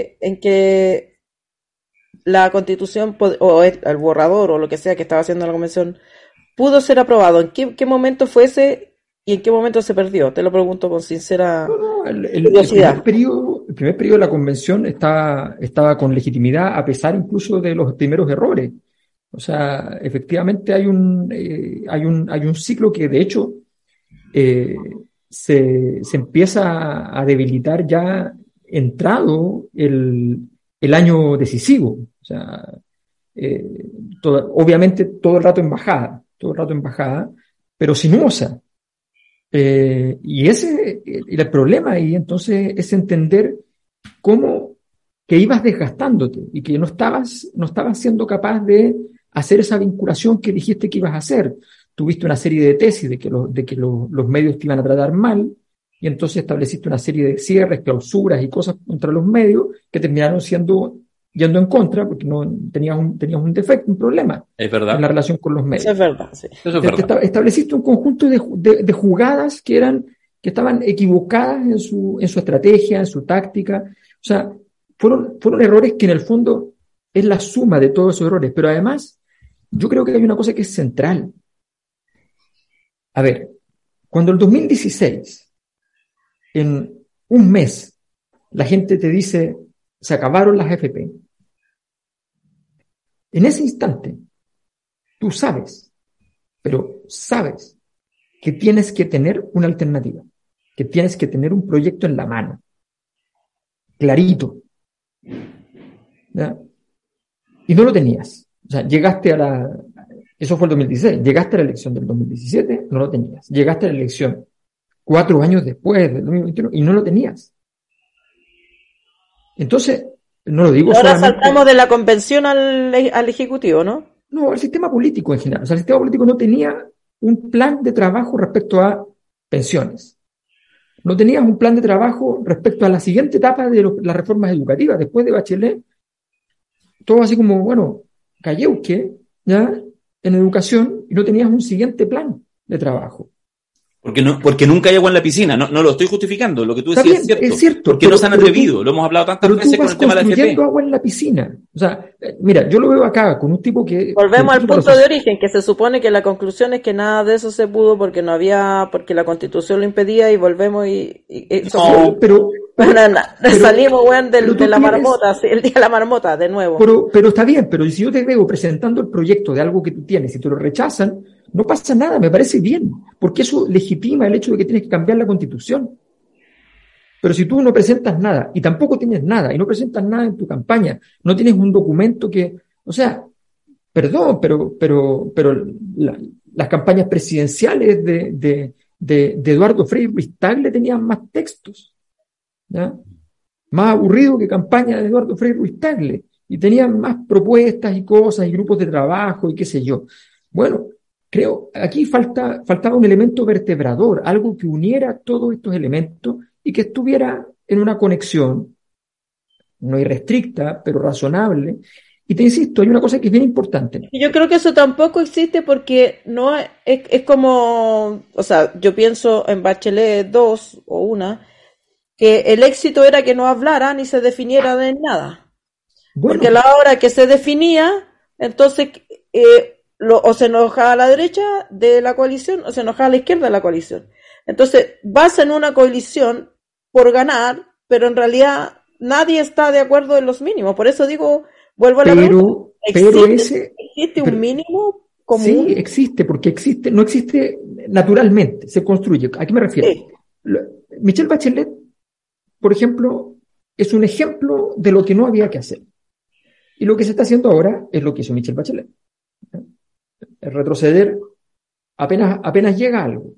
que la Constitución o el borrador o lo que sea que estaba haciendo la Convención pudo ser aprobado. ¿En qué momento fue ese y en qué momento se perdió? Te lo pregunto con sincera curiosidad. El primer periodo de la Convención estaba con legitimidad a pesar incluso de los primeros errores. O sea, efectivamente hay un ciclo que de hecho se empieza a debilitar ya entrado el año decisivo. O sea, obviamente todo el rato en bajada, pero sinuosa. Y el problema ahí entonces es entender cómo que ibas desgastándote y que no estabas siendo capaz de hacer esa vinculación que dijiste que ibas a hacer. Tuviste una serie de tesis de que los medios te iban a tratar mal y entonces estableciste una serie de cierres, clausuras y cosas contra los medios que terminaron siendo yendo en contra, porque no tenías un defecto, un problema Es verdad. en la relación con los medios. Eso es verdad, sí. Eso es verdad. Estableciste un conjunto de jugadas que estaban equivocadas en su estrategia, en su táctica. O sea, fueron errores que en el fondo es la suma de todos esos errores. Pero además, yo creo que hay una cosa que es central. A ver, cuando el 2016, en un mes, la gente te dice, se acabaron las AFP. En ese instante, tú sabes, pero sabes que tienes que tener una alternativa, que tienes que tener un proyecto en la mano, clarito, ¿ya? Y no lo tenías. O sea, eso fue el 2016, llegaste a la elección del 2017, no lo tenías. Llegaste a la elección 4 años después del 2021 y no lo tenías. Entonces, no lo digo Ahora solamente... saltamos de la convención al Ejecutivo, ¿no? No, el sistema político en general. O sea, el sistema político no tenía un plan de trabajo respecto a pensiones. No tenías un plan de trabajo respecto a la siguiente etapa de las reformas educativas. Después de Bachelet, todo así como, bueno, calleuque, ya, en educación, y no tenías un siguiente plan de trabajo. Porque nunca hay agua en la piscina, no lo estoy justificando, lo que tú decías es cierto. Porque no se han atrevido, lo hemos hablado tantas veces con el tema de la FP. Pero tú vas construyendo agua en la piscina. O sea, mira, yo lo veo acá con un tipo que... Volvemos al punto de origen, que se supone que la conclusión es que nada de eso se pudo porque la Constitución lo impedía, y volvemos pero salimos, weón, de la marmota, el día de la marmota, de nuevo. Pero está bien, pero si yo te veo presentando el proyecto de algo que tú tienes y te lo rechazan, no pasa nada, me parece bien, porque eso legitima el hecho de que tienes que cambiar la Constitución. Pero si tú no presentas nada, y tampoco tienes nada, y no presentas nada en tu campaña, no tienes un documento o sea, perdón, pero las campañas presidenciales de Eduardo Frei Ruiz-Tagle tenían más textos, ¿ya? Más aburrido que campaña de Eduardo Frei Ruiz-Tagle, y tenían más propuestas y cosas, y grupos de trabajo, y qué sé yo. Bueno, creo, aquí faltaba un elemento vertebrador, algo que uniera todos estos elementos y que estuviera en una conexión, no irrestricta, pero razonable. Y te insisto, hay una cosa que es bien importante. Yo creo que eso tampoco existe porque no es como, o sea, yo pienso en Bachelet 2 o 1, que el éxito era que no hablara ni se definiera de nada. Bueno, porque a la hora que se definía, entonces... o se enojaba a la derecha de la coalición o se enojaba a la izquierda de la coalición. Entonces, vas en una coalición por ganar, pero en realidad nadie está de acuerdo en los mínimos. Por eso digo, vuelvo a la pregunta. ¿Existe un mínimo común? Sí, existe, porque no existe naturalmente, se construye. ¿A qué me refiero? Sí. Michelle Bachelet, por ejemplo, es un ejemplo de lo que no había que hacer. Y lo que se está haciendo ahora es lo que hizo Michelle Bachelet. El retroceder apenas llega algo.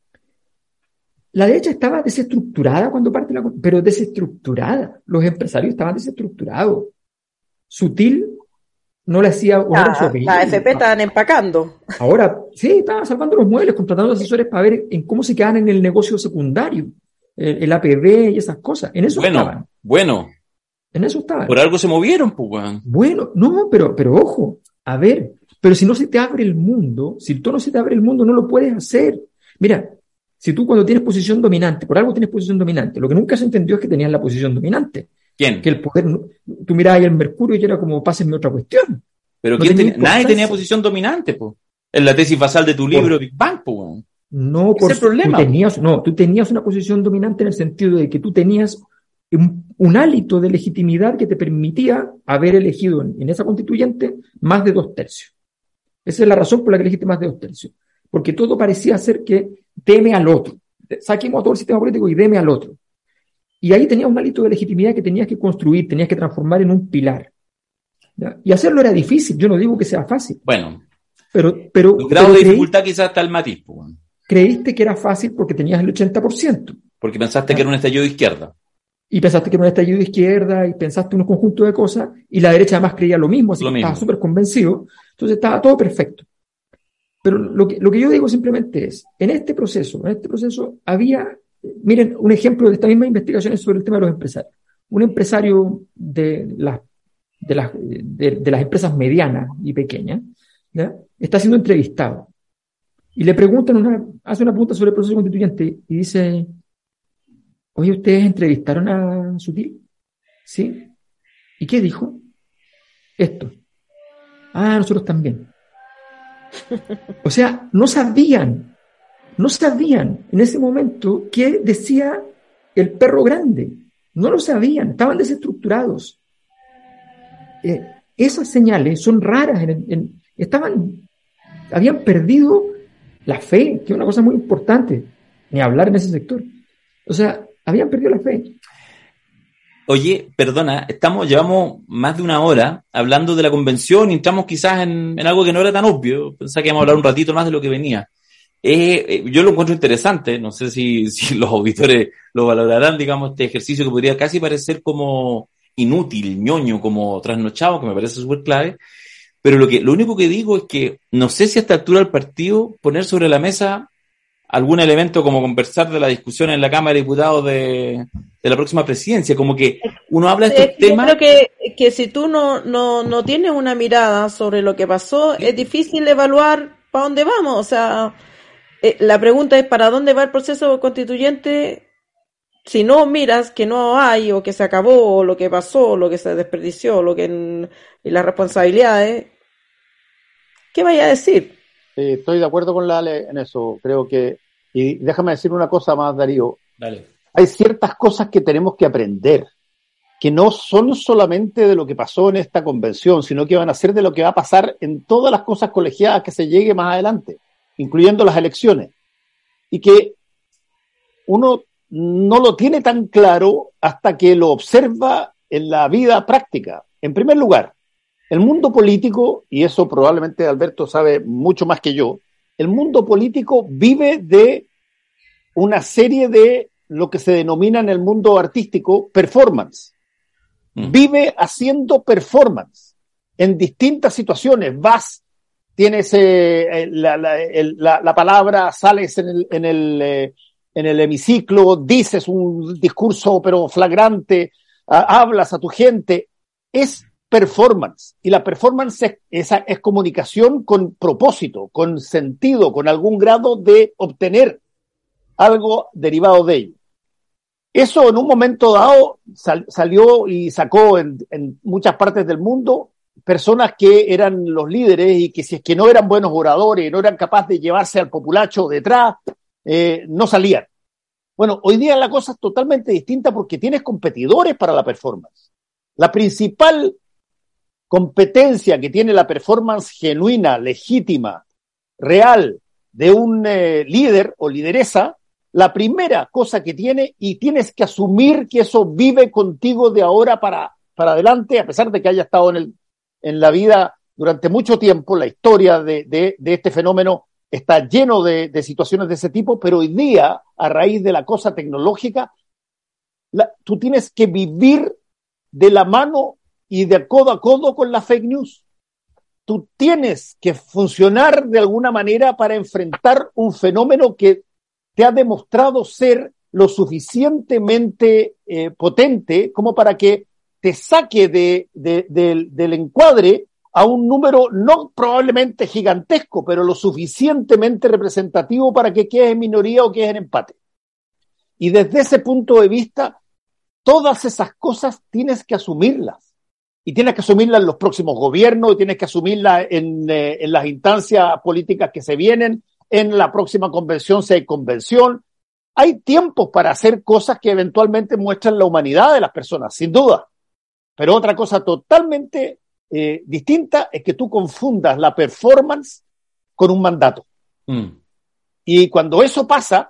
La derecha estaba desestructurada cuando parte pero desestructurada. Los empresarios estaban desestructurados. Sutil no le hacía honor a su apellido. La FP estaban empacando. Ahora, sí, estaban salvando los muebles, contratando asesores para ver en cómo se quedan en el negocio secundario, el APB y esas cosas. En eso estaban. Bueno. En eso estaban. Por algo se movieron, pues. Bueno, no, pero ojo, a ver. Pero si no se te abre el mundo, si tú no se te abre el mundo, no lo puedes hacer. Mira, si tú cuando tienes posición dominante, por algo tienes posición dominante, lo que nunca se entendió es que tenías la posición dominante. ¿Quién? Que el poder, tú mirabas ahí el Mercurio y era como, pásenme otra cuestión. Pero nadie tenía posición dominante, pues. En la tesis basal de tu libro Big Bang, pues. No, por problema. Tú tenías una posición dominante en el sentido de que tú tenías un hálito de legitimidad que te permitía haber elegido en esa constituyente más de 2/3. Esa es la razón por la que elegiste más de 2/3. Porque todo parecía ser que deme al otro. Saquemos a todo el sistema político y deme al otro. Y ahí tenías un hálito de legitimidad que tenías que construir, tenías que transformar en un pilar. ¿Ya? Y hacerlo era difícil, yo no digo que sea fácil. Bueno, pero el grado de dificultad quizás está el matiz. Pues. Creíste que era fácil porque tenías el 80%. Porque pensaste que era un estallido de izquierda. Y pensaste que era un estallido de izquierda, y pensaste un conjunto de cosas, y la derecha además creía lo mismo, así que estaba súper convencido. Entonces estaba todo perfecto. Pero lo que yo digo simplemente es, en este proceso había, miren, un ejemplo de estas mismas investigaciones sobre el tema de los empresarios. Un empresario de de las empresas medianas y pequeñas, ¿ya? Está siendo entrevistado. Y le preguntan hace una pregunta sobre el proceso constituyente y dice, oye, ¿ustedes entrevistaron a Sutil? ¿Sí? ¿Y qué dijo? Esto. Ah, nosotros también. O sea, no sabían en ese momento qué decía el perro grande. No lo sabían, estaban desestructurados. Esas señales son raras. Habían perdido la fe, que es una cosa muy importante, ni hablar en ese sector. O sea, habían perdido la fe. Oye, perdona, llevamos más de una hora hablando de la convención y entramos quizás en algo que no era tan obvio. Pensaba que íbamos a hablar un ratito más de lo que venía. Yo lo encuentro interesante, no sé si los auditores lo valorarán, digamos, este ejercicio que podría casi parecer como inútil, ñoño, como trasnochado, que me parece súper clave. Pero lo único que digo es que no sé si a esta altura del partido poner sobre la mesa algún elemento como conversar de la discusión en la Cámara de Diputados de la próxima presidencia, como que uno habla de estos temas. Yo creo que si tú no tienes una mirada sobre lo que pasó, es difícil evaluar para dónde vamos. O sea, la pregunta es ¿para dónde va el proceso constituyente? Si no miras que no hay, o que se acabó, o lo que pasó, o lo que se desperdició, y las responsabilidades, ¿qué vaya a decir? Estoy de acuerdo con la Ale en eso. Creo que, y déjame decir una cosa más, Darío. Dale. Hay ciertas cosas que tenemos que aprender, que no son solamente de lo que pasó en esta convención, sino que van a ser de lo que va a pasar en todas las cosas colegiadas que se llegue más adelante, incluyendo las elecciones. Y que uno no lo tiene tan claro hasta que lo observa en la vida práctica. En primer lugar, el mundo político, y eso probablemente Alberto sabe mucho más que yo, el mundo político vive de una serie de lo que se denomina en el mundo artístico performance. Vive haciendo performance en distintas situaciones. Tienes la palabra, sales en el hemiciclo, dices un discurso pero flagrante, hablas a tu gente. Es performance, y la performance es comunicación con propósito, con sentido, con algún grado de obtener algo derivado de ello. Eso en un momento dado salió y sacó en muchas partes del mundo personas que eran los líderes y que si es que no eran buenos oradores, no eran capaces de llevarse al populacho detrás, no salían. Bueno, hoy día la cosa es totalmente distinta porque tienes competidores para la performance. La principal competencia que tiene la performance genuina, legítima, real, de un líder o lideresa, la primera cosa que tiene, y tienes que asumir que eso vive contigo de ahora para adelante, a pesar de que haya estado en la vida durante mucho tiempo. La historia de este fenómeno está lleno de situaciones de ese tipo, pero hoy día, a raíz de la cosa tecnológica, tú tienes que vivir de la mano y de codo a codo con la fake news. Tú tienes que funcionar de alguna manera para enfrentar un fenómeno que te ha demostrado ser lo suficientemente potente como para que te saque del encuadre a un número no probablemente gigantesco, pero lo suficientemente representativo para que quedes en minoría o quedes en empate. Y desde ese punto de vista, todas esas cosas tienes que asumirlas. Y tienes que asumirlas en los próximos gobiernos, y tienes que asumirlas en las instancias políticas que se vienen, en la próxima convención, si hay convención. Hay tiempos para hacer cosas que eventualmente muestran la humanidad de las personas, sin duda. Pero otra cosa totalmente distinta es que tú confundas la performance con un mandato. Y cuando eso pasa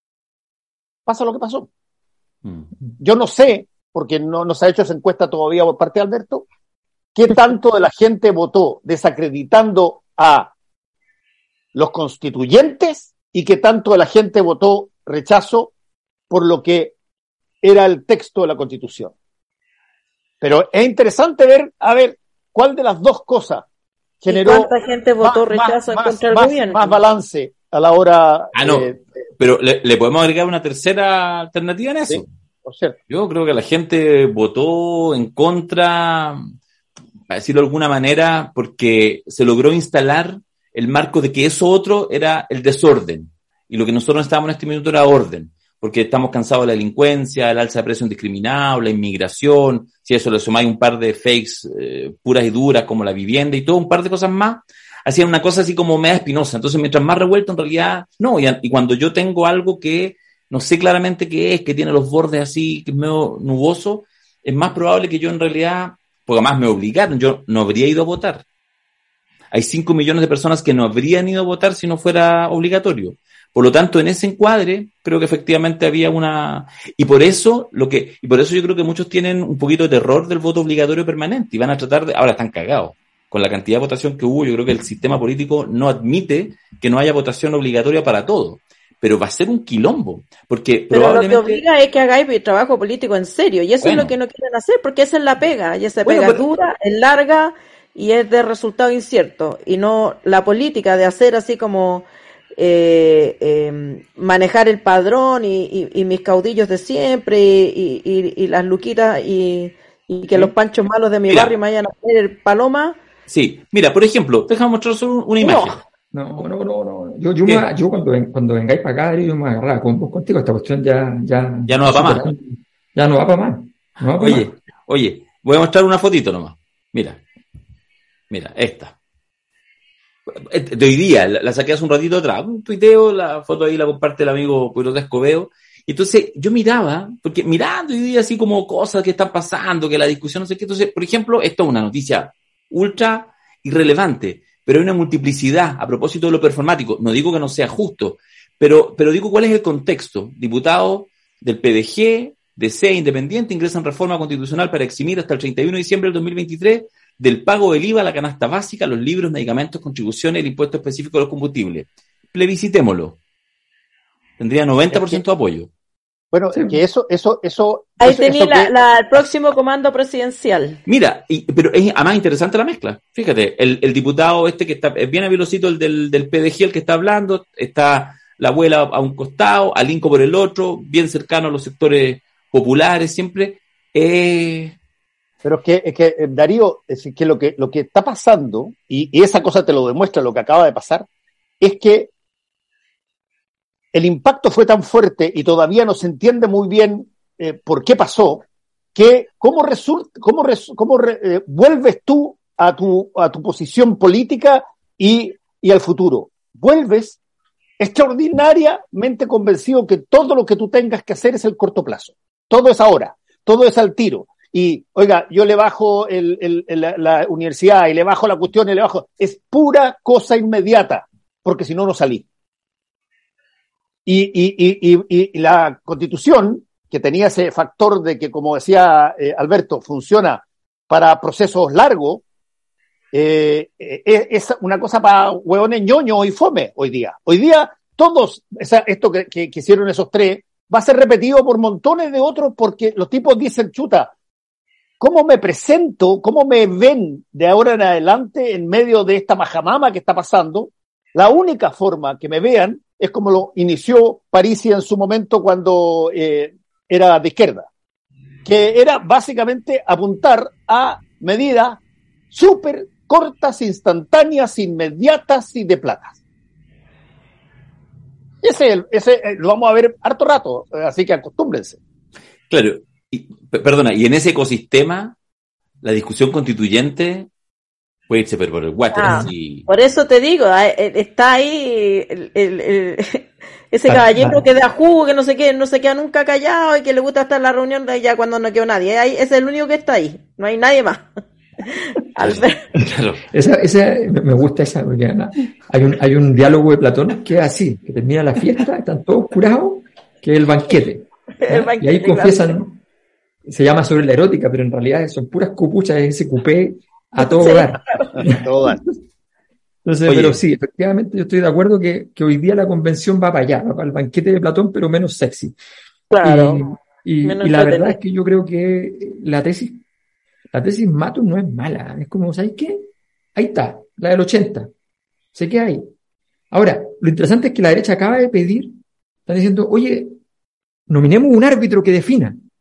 lo que pasó. Yo no sé, porque no se ha hecho esa encuesta todavía por parte de Alberto, qué tanto de la gente votó desacreditando a los constituyentes y qué tanto de la gente votó rechazo por lo que era el texto de la Constitución. Pero es interesante ver, cuál de las dos cosas generó. ¿Y cuánta gente votó rechazo contra el gobierno? Más balance a la hora. Pero le podemos agregar una tercera alternativa en eso. Sí, por cierto. Yo creo que la gente votó en contra para decirlo de alguna manera, porque se logró instalar el marco de que eso otro era el desorden. Y lo que nosotros necesitábamos en este minuto era orden, porque estamos cansados de la delincuencia, el alza de precios indiscriminado, la inmigración, si a eso le sumáis un par de fakes puras y duras como la vivienda y todo, un par de cosas más, hacían una cosa así como media espinosa. Entonces, mientras más revuelto, en realidad, no. Y cuando yo tengo algo que no sé claramente qué es, que tiene los bordes así, que es medio nuboso, es más probable que yo en realidad, porque además me obligaron, yo no habría ido a votar. Hay 5 millones de personas que no habrían ido a votar si no fuera obligatorio. Por lo tanto, en ese encuadre, creo que efectivamente había una... Y por eso yo creo que muchos tienen un poquito de terror del voto obligatorio permanente y van a tratar de... Ahora están cagados. Con la cantidad de votación que hubo, yo creo que el sistema político no admite que no haya votación obligatoria para todo. Pero va a ser un quilombo, porque pero probablemente... lo que obliga es que hagáis el trabajo político en serio, y eso es lo que no quieren hacer, porque esa es la pega, y esa pega es dura, es larga, y es de resultado incierto, y no la política de hacer así como manejar el padrón y mis caudillos de siempre, y las luquitas, y que los panchos malos de mi barrio me vayan a hacer paloma. Sí, mira, por ejemplo, déjame mostrar una imagen. No. Yo cuando vengáis para acá, yo me agarraba con vos contigo. Esta cuestión ya no va para más. Ya no va para más. Oye, voy a mostrar una fotito nomás. Mira, esta. De hoy día, la saqué hace un ratito atrás. Un tuiteo, la foto ahí la comparte el amigo Puerto Escobedo. Entonces, yo miraba, porque mirando hoy día así como cosas que están pasando, que la discusión no sé qué. Entonces, por ejemplo, esto es una noticia ultra irrelevante, pero hay una multiplicidad a propósito de lo performático. No digo que no sea justo, pero digo cuál es el contexto. Diputados del PDG, DC, Independiente, ingresan reforma constitucional para eximir hasta el 31 de diciembre del 2023 del pago del IVA, la canasta básica, los libros, medicamentos, contribuciones, el impuesto específico de los combustibles. Plebiscitémoslo. Tendría 90% de apoyo. Bueno, sí. Que eso. Ahí tenía el próximo comando presidencial. Mira, pero es además interesante la mezcla. Fíjate, el diputado que está, es bien avilosito, el del PDG, el que está hablando, está la abuela a un costado, Alinco por el otro, bien cercano a los sectores populares, siempre. Pero es que Darío, es que lo que está pasando, y esa cosa te lo demuestra lo que acaba de pasar, es que el impacto fue tan fuerte y todavía no se entiende muy bien por qué pasó, que vuelves tú a tu posición política y al futuro. Vuelves extraordinariamente convencido que todo lo que tú tengas que hacer es el corto plazo. Todo es ahora, todo es al tiro. Y, oiga, yo le bajo la universidad y le bajo la cuestión y le bajo. Es pura cosa inmediata, porque si no, no salí. Y la Constitución, que tenía ese factor de que, como decía Alberto, funciona para procesos largos, es una cosa para hueones ñoños y fome hoy día. Hoy día, esto que hicieron esos tres, va a ser repetido por montones de otros, porque los tipos dicen, chuta, ¿cómo me presento? ¿Cómo me ven de ahora en adelante en medio de esta majamama que está pasando? La única forma que me vean es como lo inició Parisi en su momento cuando era de izquierda, que era básicamente apuntar a medidas súper cortas, instantáneas, inmediatas y de plata. Ese lo vamos a ver harto rato, así que acostúmbrense. Claro, y en ese ecosistema, la discusión constituyente puede irse por el water. Por eso te digo, está ahí ese caballero que da jugo, que no se queda nunca callado y que le gusta estar en la reunión ya cuando no quedó nadie. Ese es el único que está ahí, no hay nadie más. Claro. Me gusta esa, porque hay un diálogo de Platón que es así, que termina la fiesta, están todos curados, que es el banquete. Y ahí confiesan, ¿no? Se llama sobre la erótica, pero en realidad son puras copuchas, ese cupé a todo dar. Entonces, pero sí, efectivamente yo estoy de acuerdo que hoy día la convención va para allá, va para el banquete de Platón, pero menos sexy. Claro. Y la verdad es que yo creo que la tesis Matus no es mala. Es como, ¿sabes qué? Ahí está, la del 80. Se queda ahí. Ahora, lo interesante es que la derecha acaba de pedir, están diciendo, oye, nominemos un árbitro que defina.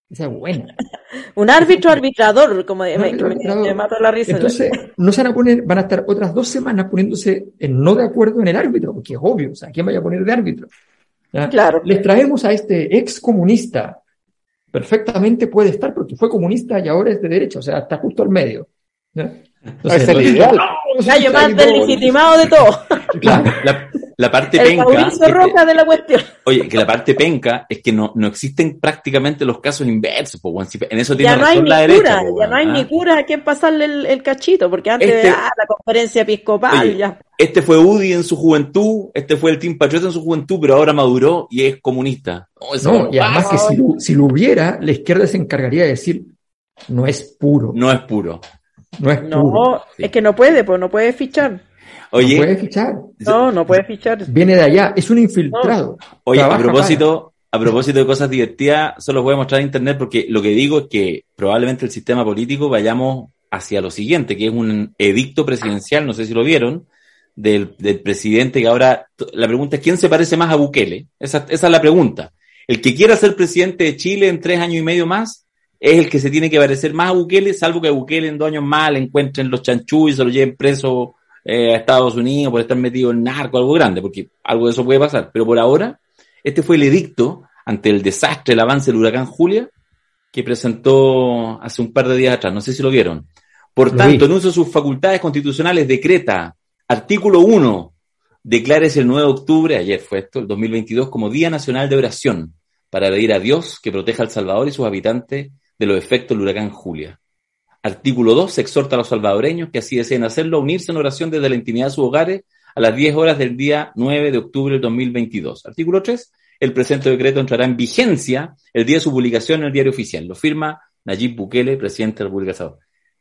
Esa es buena. Un árbitro arbitrador, como me Arbitrador. mato la risa. Entonces, no se van a poner, van a estar otras 2 semanas poniéndose en no de acuerdo en el árbitro, porque es obvio, o sea, ¿quién vaya a poner de árbitro? ¿Ya? Claro. Les traemos a este ex comunista. Perfectamente puede estar porque fue comunista y ahora es de derecha, o sea, está justo al medio. ¿Ya? Entonces, Es el ideal. Gallo más deslegitimado de todo. Claro. La parte El penca. Mauricio Rojas de la cuestión. Oye, que la parte penca es que no existen prácticamente los casos inversos, po, weón. Si en eso Ya tiene no hay razón ni la derecha. cura, Po, ya weón, no hay ¿ah? ni cura a quien pasarle el cachito, porque antes Este- la conferencia episcopal, Oye, ya. Este fue UDI en su juventud, este fue el Team Patriota en su juventud, pero ahora maduró y es comunista. Oh, eso No, y además que si lo hubiera, la izquierda se encargaría de decir, no es puro, no es puro. no es puro. No, Sí. es que no puede, pues no puede fichar. Oye, No puede fichar. No puede fichar. Viene de allá, es un infiltrado. Oye, a Trabaja propósito de cosas divertidas, solo voy a mostrar en internet porque lo que digo es que probablemente el sistema político vayamos hacia lo siguiente, que es un edicto presidencial, no sé si lo vieron, del presidente que ahora, la pregunta es ¿quién se parece más a Bukele? Esa es la pregunta. El que quiera ser presidente de Chile en 3 años y medio más es el que se tiene que parecer más a Bukele, salvo que a Bukele en 2 años más le encuentren los chanchullos y se lo lleven preso a Estados Unidos por estar metido en narco, algo grande, porque algo de eso puede pasar. Pero por ahora, este fue el edicto ante el desastre, el avance del huracán Julia, que presentó hace un par de días atrás. No sé si lo vieron. Por Lo tanto, vi. en uso de sus facultades constitucionales, decreta, artículo 1, declárese el 9 de octubre, ayer fue esto, el 2022, como Día Nacional de Oración, para pedir a Dios que proteja a El Salvador y sus habitantes de los efectos del huracán Julia. Artículo 2, se exhorta a los salvadoreños que así deseen hacerlo a unirse en oración desde la intimidad de sus hogares a las 10 horas del día 9 de octubre del 2022. Artículo 3, el presente decreto entrará en vigencia el día de su publicación en el diario oficial. Lo firma Nayib Bukele, presidente de la República de El Salvador.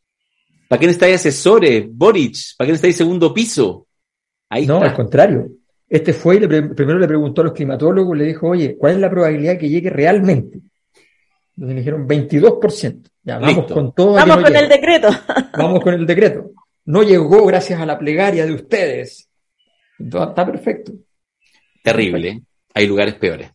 ¿Para qué necesitáis asesores, Boric? ¿Para qué necesitáis segundo piso? Ahí No, está. al contrario. Este fue y primero le preguntó a los climatólogos, le dijo, oye, ¿cuál es la probabilidad que llegue realmente? Entonces le dijeron 22%. Ya, vamos Listo. con todo. Vamos que no con llegue. el decreto. Vamos con el decreto. No llegó gracias a la plegaria de ustedes. Entonces, está perfecto. Terrible, ¿eh? Hay lugares peores.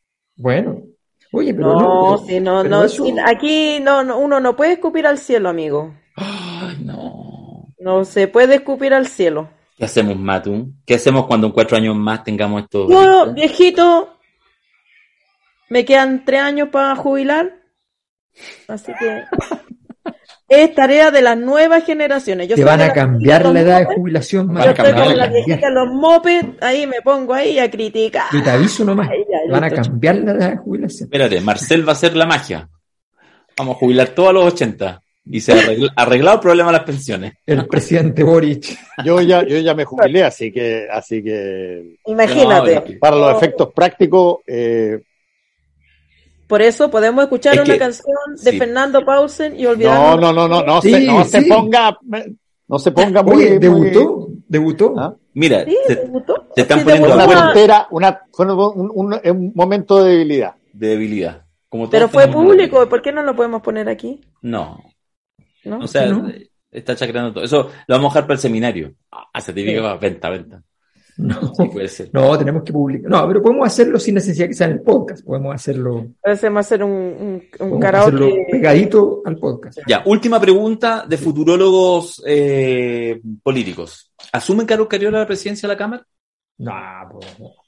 Bueno. Oye, pero No, pero- sí, no, pero no, eso- sí, aquí uno no puede escupir al cielo, amigo. Ay, no. No se puede escupir al cielo. ¿Qué hacemos, Matu? ¿Qué hacemos cuando en 4 años más tengamos esto? Yo, viejito, me quedan 3 años para jubilar, así que es tarea de las nuevas generaciones. Yo Te soy van de a las cambiar viejitas la de los edad de mopeds. jubilación. Van Yo a Marta, estoy cambiar, con te van a las cambiar. viejitas de los mopeds, ahí me pongo ahí a criticar. Yo te aviso nomás. Ahí ya, Te van a listo. cambiar la edad de jubilación. Espérate, Marcel va a hacer la magia. Vamos a jubilar todos a los 80. Y se ha arreglado el problema de las pensiones. El presidente Boric. Yo ya me jubilé, así que Imagínate. No, para los efectos prácticos, Por eso podemos escuchar Es una que- canción de sí. Fernando Paulsen y olvidarnos. no Sí, se sí. ponga, no se ponga muy, Oye, muy- debutó. ¿Ah? Mira, Sí, te debutó. están Sí, poniendo debutó. de una acuerdo. tontera, fue un momento de debilidad. de debilidad. Como todos Pero fue tenemos público, ¿por qué no lo podemos poner aquí? No. ¿No? O sea, ¿No? está chacreando todo. Eso lo vamos a dejar para el seminario. Certificado, venta. No, Sí, puede ser. no, tenemos que publicar. No, pero podemos hacerlo sin necesidad que sea en el podcast. Podemos hacerlo, Hacemos hacer un podemos hacerlo karaoke. pegadito al podcast. Ya, última pregunta de futurólogos políticos. ¿Asumen Carlos Cariola la presidencia de la Cámara? No, pues,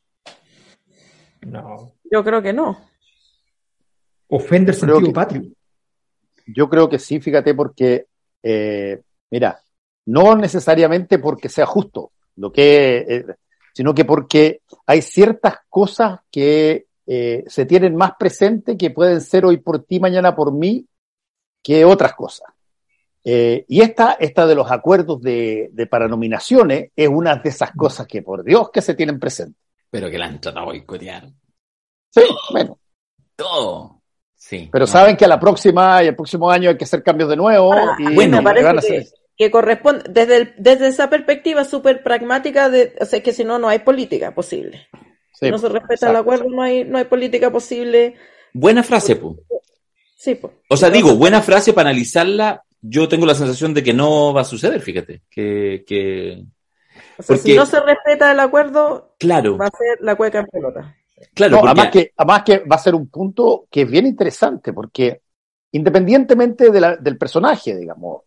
no. Yo creo que no. Ofende el Creo sentido que- patrio. Yo creo que sí, fíjate, porque, mira, no necesariamente porque sea justo, sino que porque hay ciertas cosas que se tienen más presente que pueden ser hoy por ti, mañana por mí, que otras cosas. Y esta de los acuerdos de para nominaciones es una de esas cosas que, por Dios, que se tienen presentes. Pero que la han tratado de boicotear. Sí, bueno, Todo. Sí. pero No. saben que a la próxima y el próximo año hay que hacer cambios de nuevo. Ahora, Y a mí bueno, me parece van a hacer. que corresponde, desde esa perspectiva súper pragmática, o sea, que si no, no hay política posible. Sí, Si no se respeta exacto. el acuerdo, no hay política posible. Buena frase, po. Sí, pues. O sea, digo, buena frase para analizarla. Yo tengo la sensación de que no va a suceder, fíjate. Que O sea, porque- si no se respeta el acuerdo, claro. va a ser la cueca en pelota. Claro, No, porque además que va a ser un punto que es bien interesante, porque independientemente del personaje, digamos,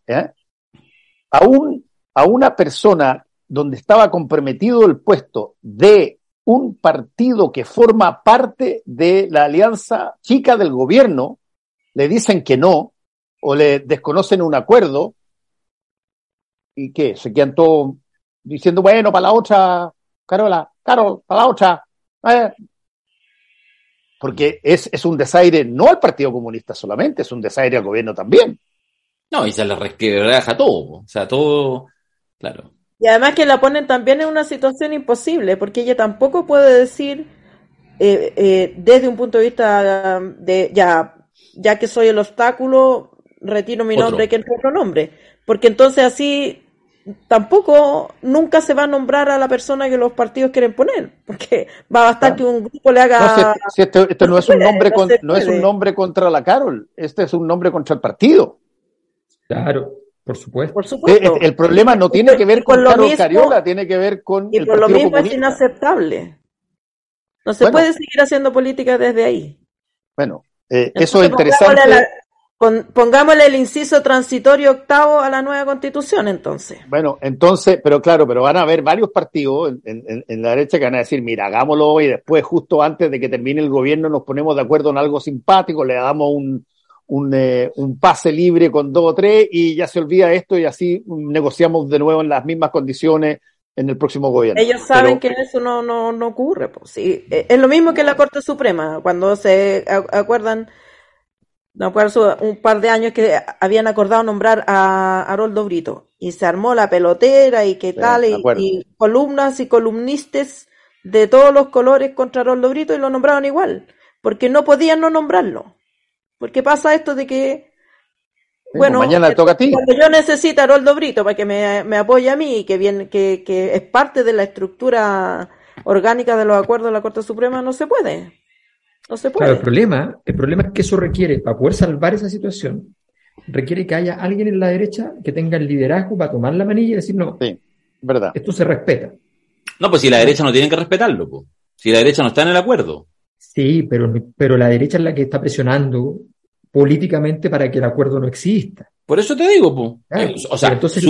a una persona donde estaba comprometido el puesto de un partido que forma parte de la alianza chica del gobierno, le dicen que no, o le desconocen un acuerdo, y que se quedan todos diciendo, bueno, para la otra, Carol, para la otra, porque es un desaire no al Partido Comunista solamente, es un desaire al gobierno también. no, y se le resquebraja todo, po. O sea, todo, claro. Y además que la ponen también en una situación imposible, porque ella tampoco puede decir, desde un punto de vista de ya que soy el obstáculo, retiro mi nombre, que entre otro nombre. Porque entonces así tampoco nunca se va a nombrar a la persona que los partidos quieren poner, porque va a bastar que un grupo le haga... No, si este no es un nombre no es un nombre contra la Carol, este es un nombre contra el partido. Claro, por supuesto. Por supuesto. El problema no tiene que ver con lo Carol mismo, Cariola, tiene que ver con y el por lo Partido mismo Comunista. es inaceptable. No se puede seguir haciendo política desde ahí. Bueno, Entonces, eso es interesante. Pongámosle el inciso transitorio octavo a la nueva constitución, entonces. Bueno, entonces, pero van a haber varios partidos en la derecha que van a decir, mira, hagámoslo y después, justo antes de que termine el gobierno, nos ponemos de acuerdo en algo simpático, le damos un pase libre con 2 o 3 y ya se olvida esto y así negociamos de nuevo en las mismas condiciones en el próximo gobierno. Ellos saben que eso no ocurre. Pues, sí. Es lo mismo que la Corte Suprema, cuando se acuerdan, no acuerdo, un par de años que habían acordado nombrar a Haroldo Brito y se armó la pelotera y qué tal, y columnas y columnistas de todos los colores contra Haroldo Brito y lo nombraron igual, porque no podían no nombrarlo. Porque pasa esto de que, bueno, mañana toca a ti. Cuando yo necesito a Haroldo Brito para que me apoye a mí, que es parte de la estructura orgánica de los acuerdos de la Corte Suprema, no se puede. No se puede. Claro, el problema es que eso requiere, para poder salvar esa situación, requiere que haya alguien en la derecha que tenga el liderazgo para tomar la manilla y decir, no, sí, verdad. Esto se respeta. No, pues si la derecha no tiene que respetarlo, pues. Si la derecha no está en el acuerdo. Sí, pero la derecha es la que está presionando políticamente para que el acuerdo no exista. Por eso te digo, pues. Claro, o sea, entonces,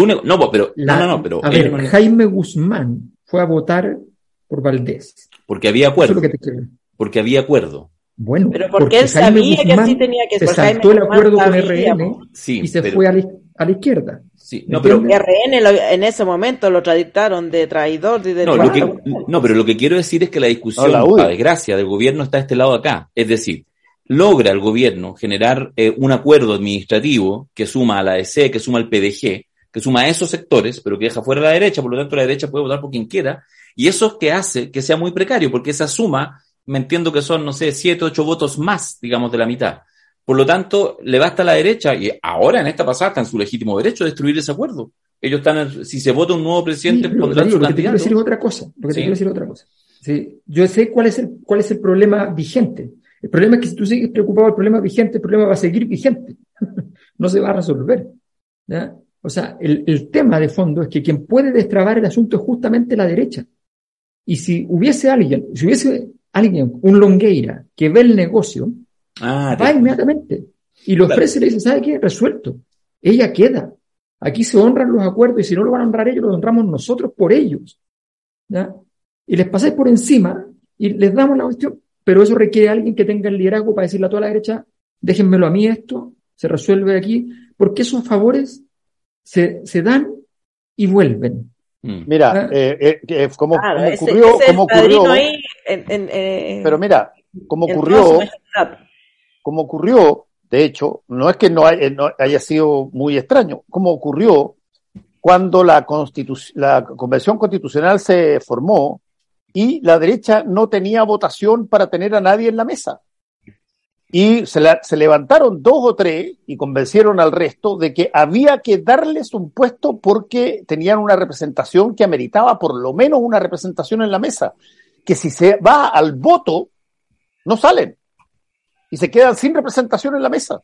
pero a ver, Jaime Guzmán fue a votar por Valdés. Porque había acuerdo. Eso es lo que te quiero. Porque había acuerdo. Bueno, pero porque él sabía que así tenía que ser. Se saltó el acuerdo con RN y se fue a la izquierda. Sí, no, pero RN en ese momento lo trataron de traidor y de pero lo que quiero decir es que la discusión, a desgracia, del gobierno está de este lado acá. Es decir, logra el gobierno generar un acuerdo administrativo que suma a la ADC, que suma al PDG, que suma a esos sectores, pero que deja fuera a la derecha, por lo tanto la derecha puede votar por quien quiera, y eso es que hace que sea muy precario, porque esa suma, me entiendo que son, no sé, 7, 8 votos más, digamos, de la mitad. Por lo tanto, le basta a la derecha, y ahora en esta pasada está en su legítimo derecho de destruir ese acuerdo. Ellos están, si se vota un nuevo presidente, pondrán su candidato. Lo que te quiero decir es otra cosa. Sí, yo sé cuál es el problema vigente. El problema es que si tú sigues preocupado del problema vigente, el problema va a seguir vigente. No se va a resolver. ¿Ya? O sea, el tema de fondo es que quien puede destrabar el asunto es justamente la derecha. Y si hubiese alguien, un Longueira, que ve el negocio, va inmediatamente y lo ofrece y le dice, ¿sabe qué? Resuelto. Ella queda. Aquí se honran los acuerdos y si no lo van a honrar ellos, lo honramos nosotros por ellos. ¿Ya? Y les pasáis por encima y les damos la cuestión. Pero eso requiere a alguien que tenga el liderazgo para decirle a toda la derecha, déjenmelo a mí esto, se resuelve aquí, porque esos favores se dan y vuelven. Mira, como ocurrió, ahí pero mira, como ocurrió, de hecho, no es que no haya sido muy extraño, como ocurrió cuando la Convención Constitucional se formó y la derecha no tenía votación para tener a nadie en la mesa. Y se levantaron 2 o 3 y convencieron al resto de que había que darles un puesto porque tenían una representación que ameritaba por lo menos una representación en la mesa. Que si se va al voto, no salen. Y se quedan sin representación en la mesa.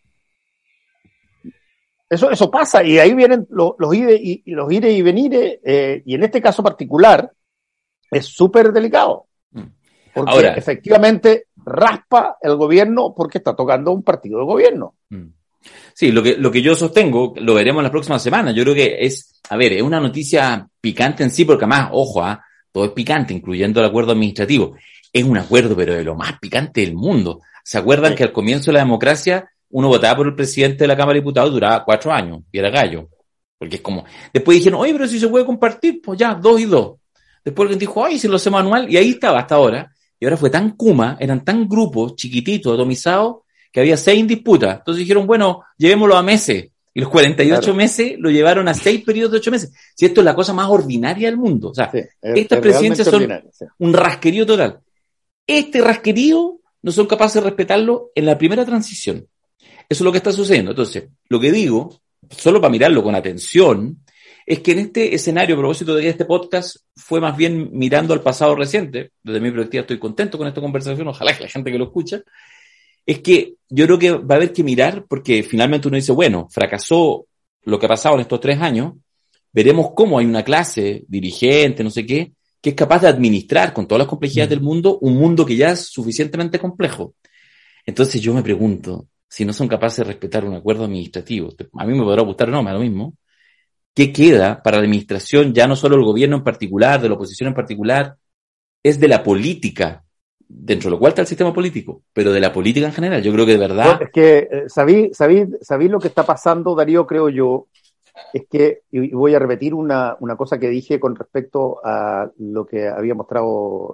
Eso pasa, y ahí vienen los ires y venires, y en este caso particular es súper delicado. Porque Ahora, efectivamente raspa el gobierno porque está tocando un partido de gobierno. sí, lo que yo sostengo, lo veremos la próxima semana. Yo creo que es una noticia picante en sí, porque además, ojo, todo es picante, incluyendo el acuerdo administrativo. Es un acuerdo, pero de lo más picante del mundo. ¿Se acuerdan que al comienzo de la democracia uno votaba por el presidente de la Cámara de Diputados, duraba 4 años, y era gallo? Porque es como, después dijeron, oye, pero si se puede compartir, pues ya, 2 y 2. Después alguien dijo, ay, si lo hacemos anual, y ahí estaba hasta ahora. Y ahora fue tan kuma, eran tan grupos chiquititos, atomizados, que había 6 en disputa. Entonces dijeron, bueno, llevémoslo a meses. Y los 48 meses lo llevaron a 6 periodos de 8 meses. Si esto es la cosa más ordinaria del mundo. O sea, estas presidencias son un rasquerío total. Este rasquerío no son capaces de respetarlo en la primera transición. Eso es lo que está sucediendo. Entonces, lo que digo, solo para mirarlo con atención, es que en este escenario, a propósito de que este podcast fue más bien mirando al pasado reciente, desde mi perspectiva estoy contento con esta conversación, ojalá que la gente que lo escucha, es que yo creo que va a haber que mirar, porque finalmente uno dice, bueno, fracasó lo que ha pasado en estos 3 años, veremos cómo hay una clase dirigente, no sé qué, que es capaz de administrar con todas las complejidades del mundo, un mundo que ya es suficientemente complejo. Entonces yo me pregunto, si no son capaces de respetar un acuerdo administrativo, a mí me podrá gustar o no, me da lo mismo, ¿qué queda para la administración, ya no solo el gobierno en particular, de la oposición en particular, es de la política, dentro de lo cual está el sistema político, pero de la política en general? Yo creo que de verdad... No, es que sabí lo que está pasando, Darío, creo yo, es que, y voy a repetir una cosa que dije con respecto a lo que habían mostrado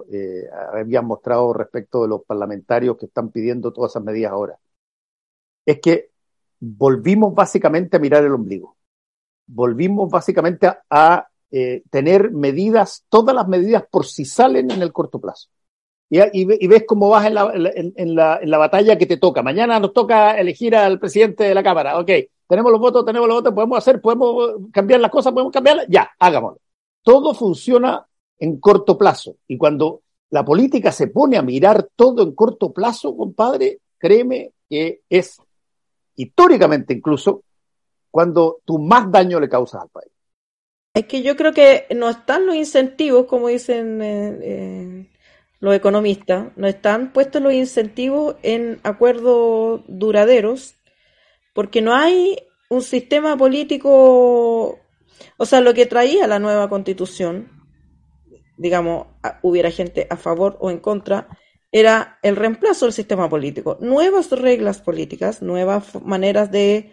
respecto de los parlamentarios que están pidiendo todas esas medidas ahora. Es que volvimos básicamente a mirar el ombligo. Volvimos básicamente a tener medidas, todas las medidas por si salen en el corto plazo. Y ves cómo vas en la batalla que te toca. Mañana nos toca elegir al presidente de la Cámara. Ok, tenemos los votos, podemos cambiar las cosas, podemos cambiarlas. Ya, hagámoslo. Todo funciona en corto plazo. Y cuando la política se pone a mirar todo en corto plazo, compadre, créeme que es históricamente incluso cuando tú más daño le causas al país. Es que yo creo que no están los incentivos, como dicen los economistas, no están puestos los incentivos en acuerdos duraderos, porque no hay un sistema político, o sea, lo que traía la nueva constitución, digamos, hubiera gente a favor o en contra, era el reemplazo del sistema político, nuevas reglas políticas, nuevas maneras de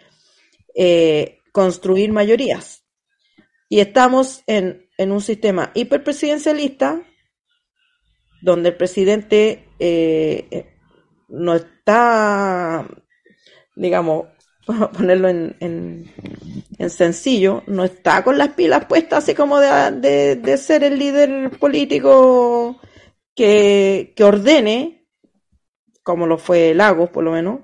construir mayorías. Y estamos en un sistema hiperpresidencialista donde el presidente no está, digamos, para ponerlo en sencillo, no está con las pilas puestas así como de ser el líder político que ordene, como lo fue Lagos por lo menos.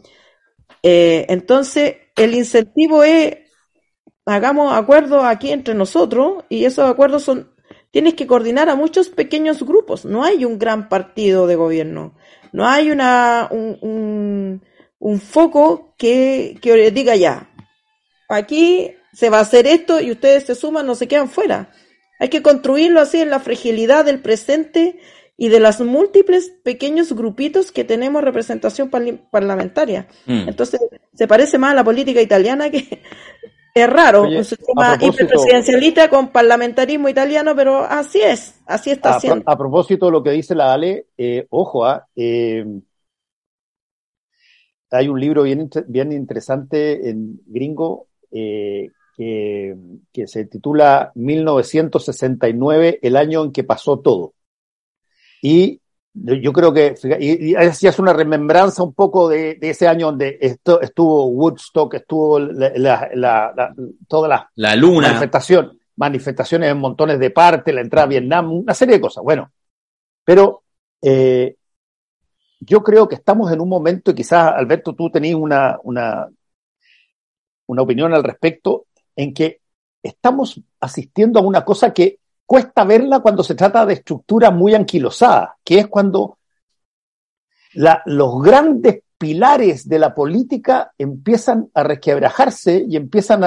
Entonces, el incentivo es, hagamos acuerdos aquí entre nosotros, y esos acuerdos tienes que coordinar a muchos pequeños grupos. No hay un gran partido de gobierno. No hay un foco que diga ya, aquí se va a hacer esto y ustedes se suman, no se quedan fuera. Hay que construirlo así en la fragilidad del presente y de las múltiples pequeños grupitos que tenemos representación parlamentaria. Entonces, se parece más a la política italiana, que es raro, un sistema hiperpresidencialista con parlamentarismo italiano, pero así está siendo. A propósito de lo que dice la Ale, ojo, hay un libro bien interesante en gringo que se titula 1969, el año en que pasó todo. Y yo creo que y es una remembranza un poco de ese año donde estuvo Woodstock, estuvo toda la luna, manifestaciones en montones de partes, la entrada a Vietnam, una serie de cosas. Bueno, pero yo creo que estamos en un momento, y quizás, Alberto, tú tenías una opinión al respecto, en que estamos asistiendo a una cosa que cuesta verla cuando se trata de estructuras muy anquilosadas, que es cuando los grandes pilares de la política empiezan a resquebrajarse y empiezan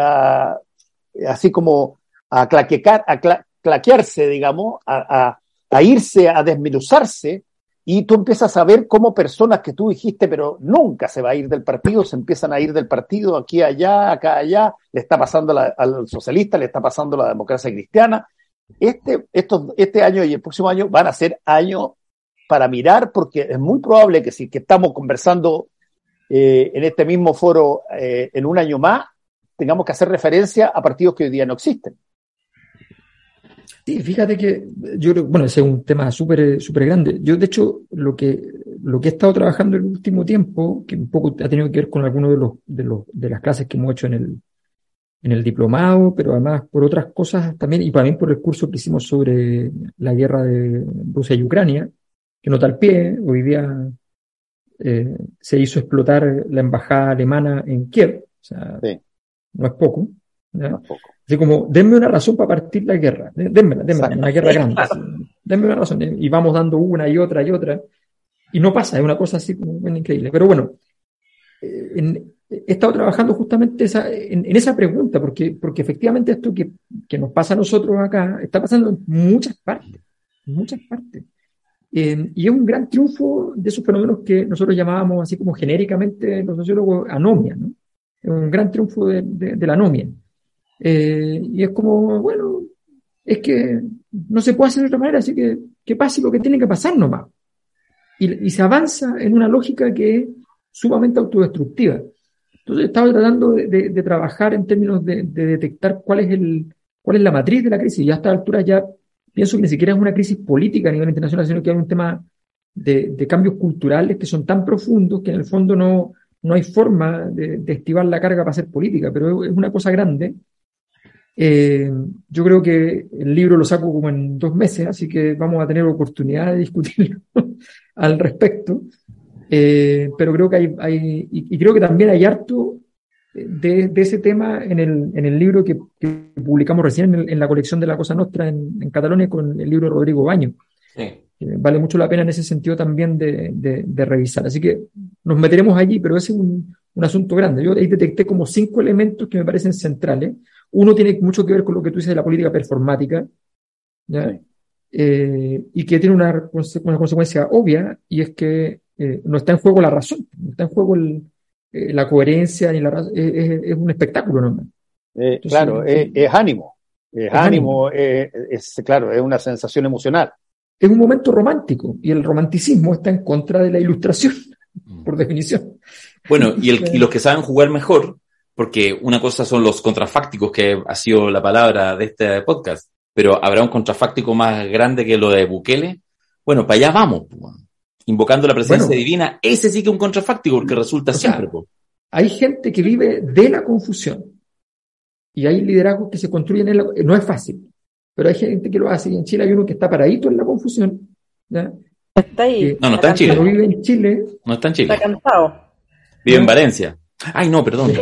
así como a claquearse, digamos, a a irse, a desmenuzarse, y tú empiezas a ver cómo personas que tú dijiste, pero nunca se va a ir del partido, se empiezan a ir del partido aquí, allá, acá, allá, le está pasando al socialista, le está pasando a la democracia cristiana. Este año y el próximo año van a ser años para mirar, porque es muy probable que si que estamos conversando en este mismo foro en un año más, tengamos que hacer referencia a partidos que hoy día no existen. Sí, fíjate que yo creo, bueno, ese es un tema súper grande. Yo, de hecho, lo que he estado trabajando el último tiempo, que un poco ha tenido que ver con algunos de las clases que hemos hecho en el diplomado, pero además por otras cosas también, y también por el curso que hicimos sobre la guerra de Rusia y Ucrania, que no tal pie, hoy día se hizo explotar la embajada alemana en Kiev, o sea, sí. No es poco, ¿ya? No es poco. Así como, denme una razón para partir la guerra, denme una guerra grande, así, denme una razón, y vamos dando una y otra, y no pasa, es una cosa así como bien increíble. Pero bueno, he estado trabajando justamente en esa pregunta, porque efectivamente esto que nos pasa a nosotros acá, está pasando en muchas partes. Y es un gran triunfo de esos fenómenos que nosotros llamábamos así como genéricamente los sociólogos anomia, ¿no? Es un gran triunfo de la anomia. Y es como, bueno, es que no se puede hacer de otra manera, así que pase lo que tiene que pasar nomás. Y se avanza en una lógica que es sumamente autodestructiva. Entonces estaba tratando de trabajar en términos de detectar cuál es la matriz de la crisis. Y a esta altura ya pienso que ni siquiera es una crisis política a nivel internacional, sino que hay un tema de cambios culturales que son tan profundos que en el fondo no hay forma de estivar la carga para hacer política, pero es una cosa grande. Yo creo que el libro lo saco como en 2 meses, así que vamos a tener oportunidad de discutirlo al respecto. Pero creo que y creo que también hay harto de ese tema en el libro que publicamos recién en la colección de La Cosa Nostra en Cataluña con el libro de Rodrigo Baño. Sí. Vale mucho la pena en ese sentido también de revisar. Así que nos meteremos allí, pero ese es un asunto grande. Yo ahí detecté como 5 elementos que me parecen centrales. Uno tiene mucho que ver con lo que tú dices de la política performática, ¿ya? Sí. Y que tiene una consecuencia obvia, y es que no está en juego la razón, no está en juego la coherencia, ni es un espectáculo, ¿no? Entonces, claro, es ánimo. Es ánimo, claro, es una sensación emocional. Es un momento romántico, y el romanticismo está en contra de la ilustración, por definición. Bueno, y los que saben jugar mejor, porque una cosa son los contrafácticos, que ha sido la palabra de este podcast, pero habrá un contrafáctico más grande que lo de Bukele. Bueno, para allá vamos, invocando la presencia divina. Ese sí que es un contrafáctico, porque resulta siempre. Hay gente que vive de la confusión, y hay liderazgos que se construyen no es fácil, pero hay gente que lo hace, y en Chile hay uno que está paradito en la confusión, ¿ya? Está ahí. No está en Chile. No vive en Chile. No está en Chile. Está cansado. Vive en Valencia. Ay, no, perdón.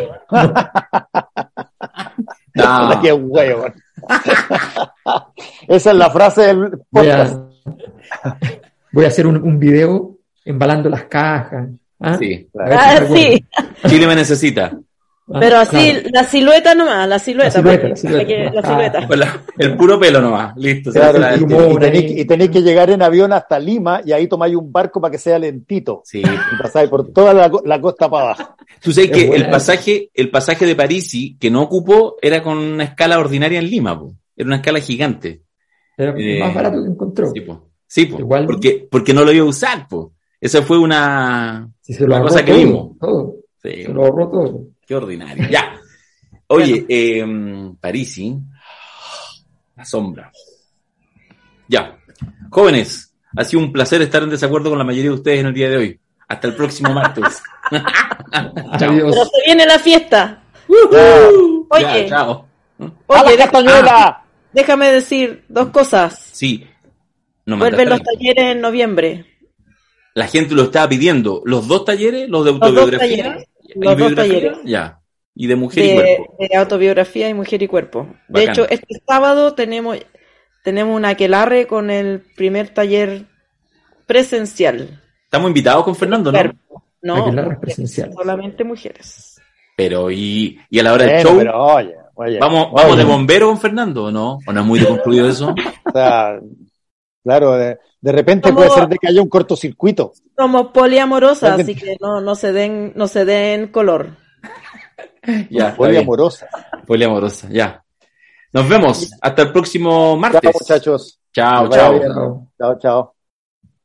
No. ¡Qué huevo! Esa es la frase del podcast. Voy a hacer un video embalando las cajas. ¿Ah? Sí. Sí. Chile me necesita. Pero así, claro. La silueta nomás, la silueta. El puro pelo nomás, listo. Claro, y tenéis que llegar en avión hasta Lima, y ahí tomáis un barco para que sea lentito. Sí. Y pasáis por toda la costa para abajo. Tú sabes que el pasaje de Parisi, que no ocupó, era con una escala ordinaria en Lima, po. Era una escala gigante. Era más barato que encontró. Sí, po. Igual, porque no lo iba a usar, po. Esa fue una cosa que vimos. Sí. Se lo ahorró todo. Qué ordinario. Ya. Oye, Parisi, la sombra. Ya. Jóvenes, ha sido un placer estar en desacuerdo con la mayoría de ustedes en el día de hoy. Hasta el próximo martes. Pero se viene la fiesta. Oye, ya, chao. Oye, déjame decir 2 cosas. Sí. Vuelven los talleres en noviembre. La gente lo estaba pidiendo. ¿Los 2 talleres? ¿Los de autobiografía? Los 2 talleres. Ya. Y de mujer y cuerpo. De autobiografía y mujer y cuerpo. Bacán. De hecho, este sábado tenemos un aquelarre con el primer taller presencial. Estamos invitados con Fernando, ¿no? No, presencial. Solamente mujeres. Pero, y a la hora del show, pero, oye, ¿vamos de bombero con Fernando o no? ¿O no es muy deconstruido eso? O sea, Claro, de repente Somos- puede ser de que haya un cortocircuito. Somos poliamorosas, Realmente. así que no se den color. Ya, está Poliamorosa. bien. Poliamorosa, ya. Nos vemos. Hasta el próximo Chao, martes. muchachos. Chao, Que vaya chao. bien. Chao, chao.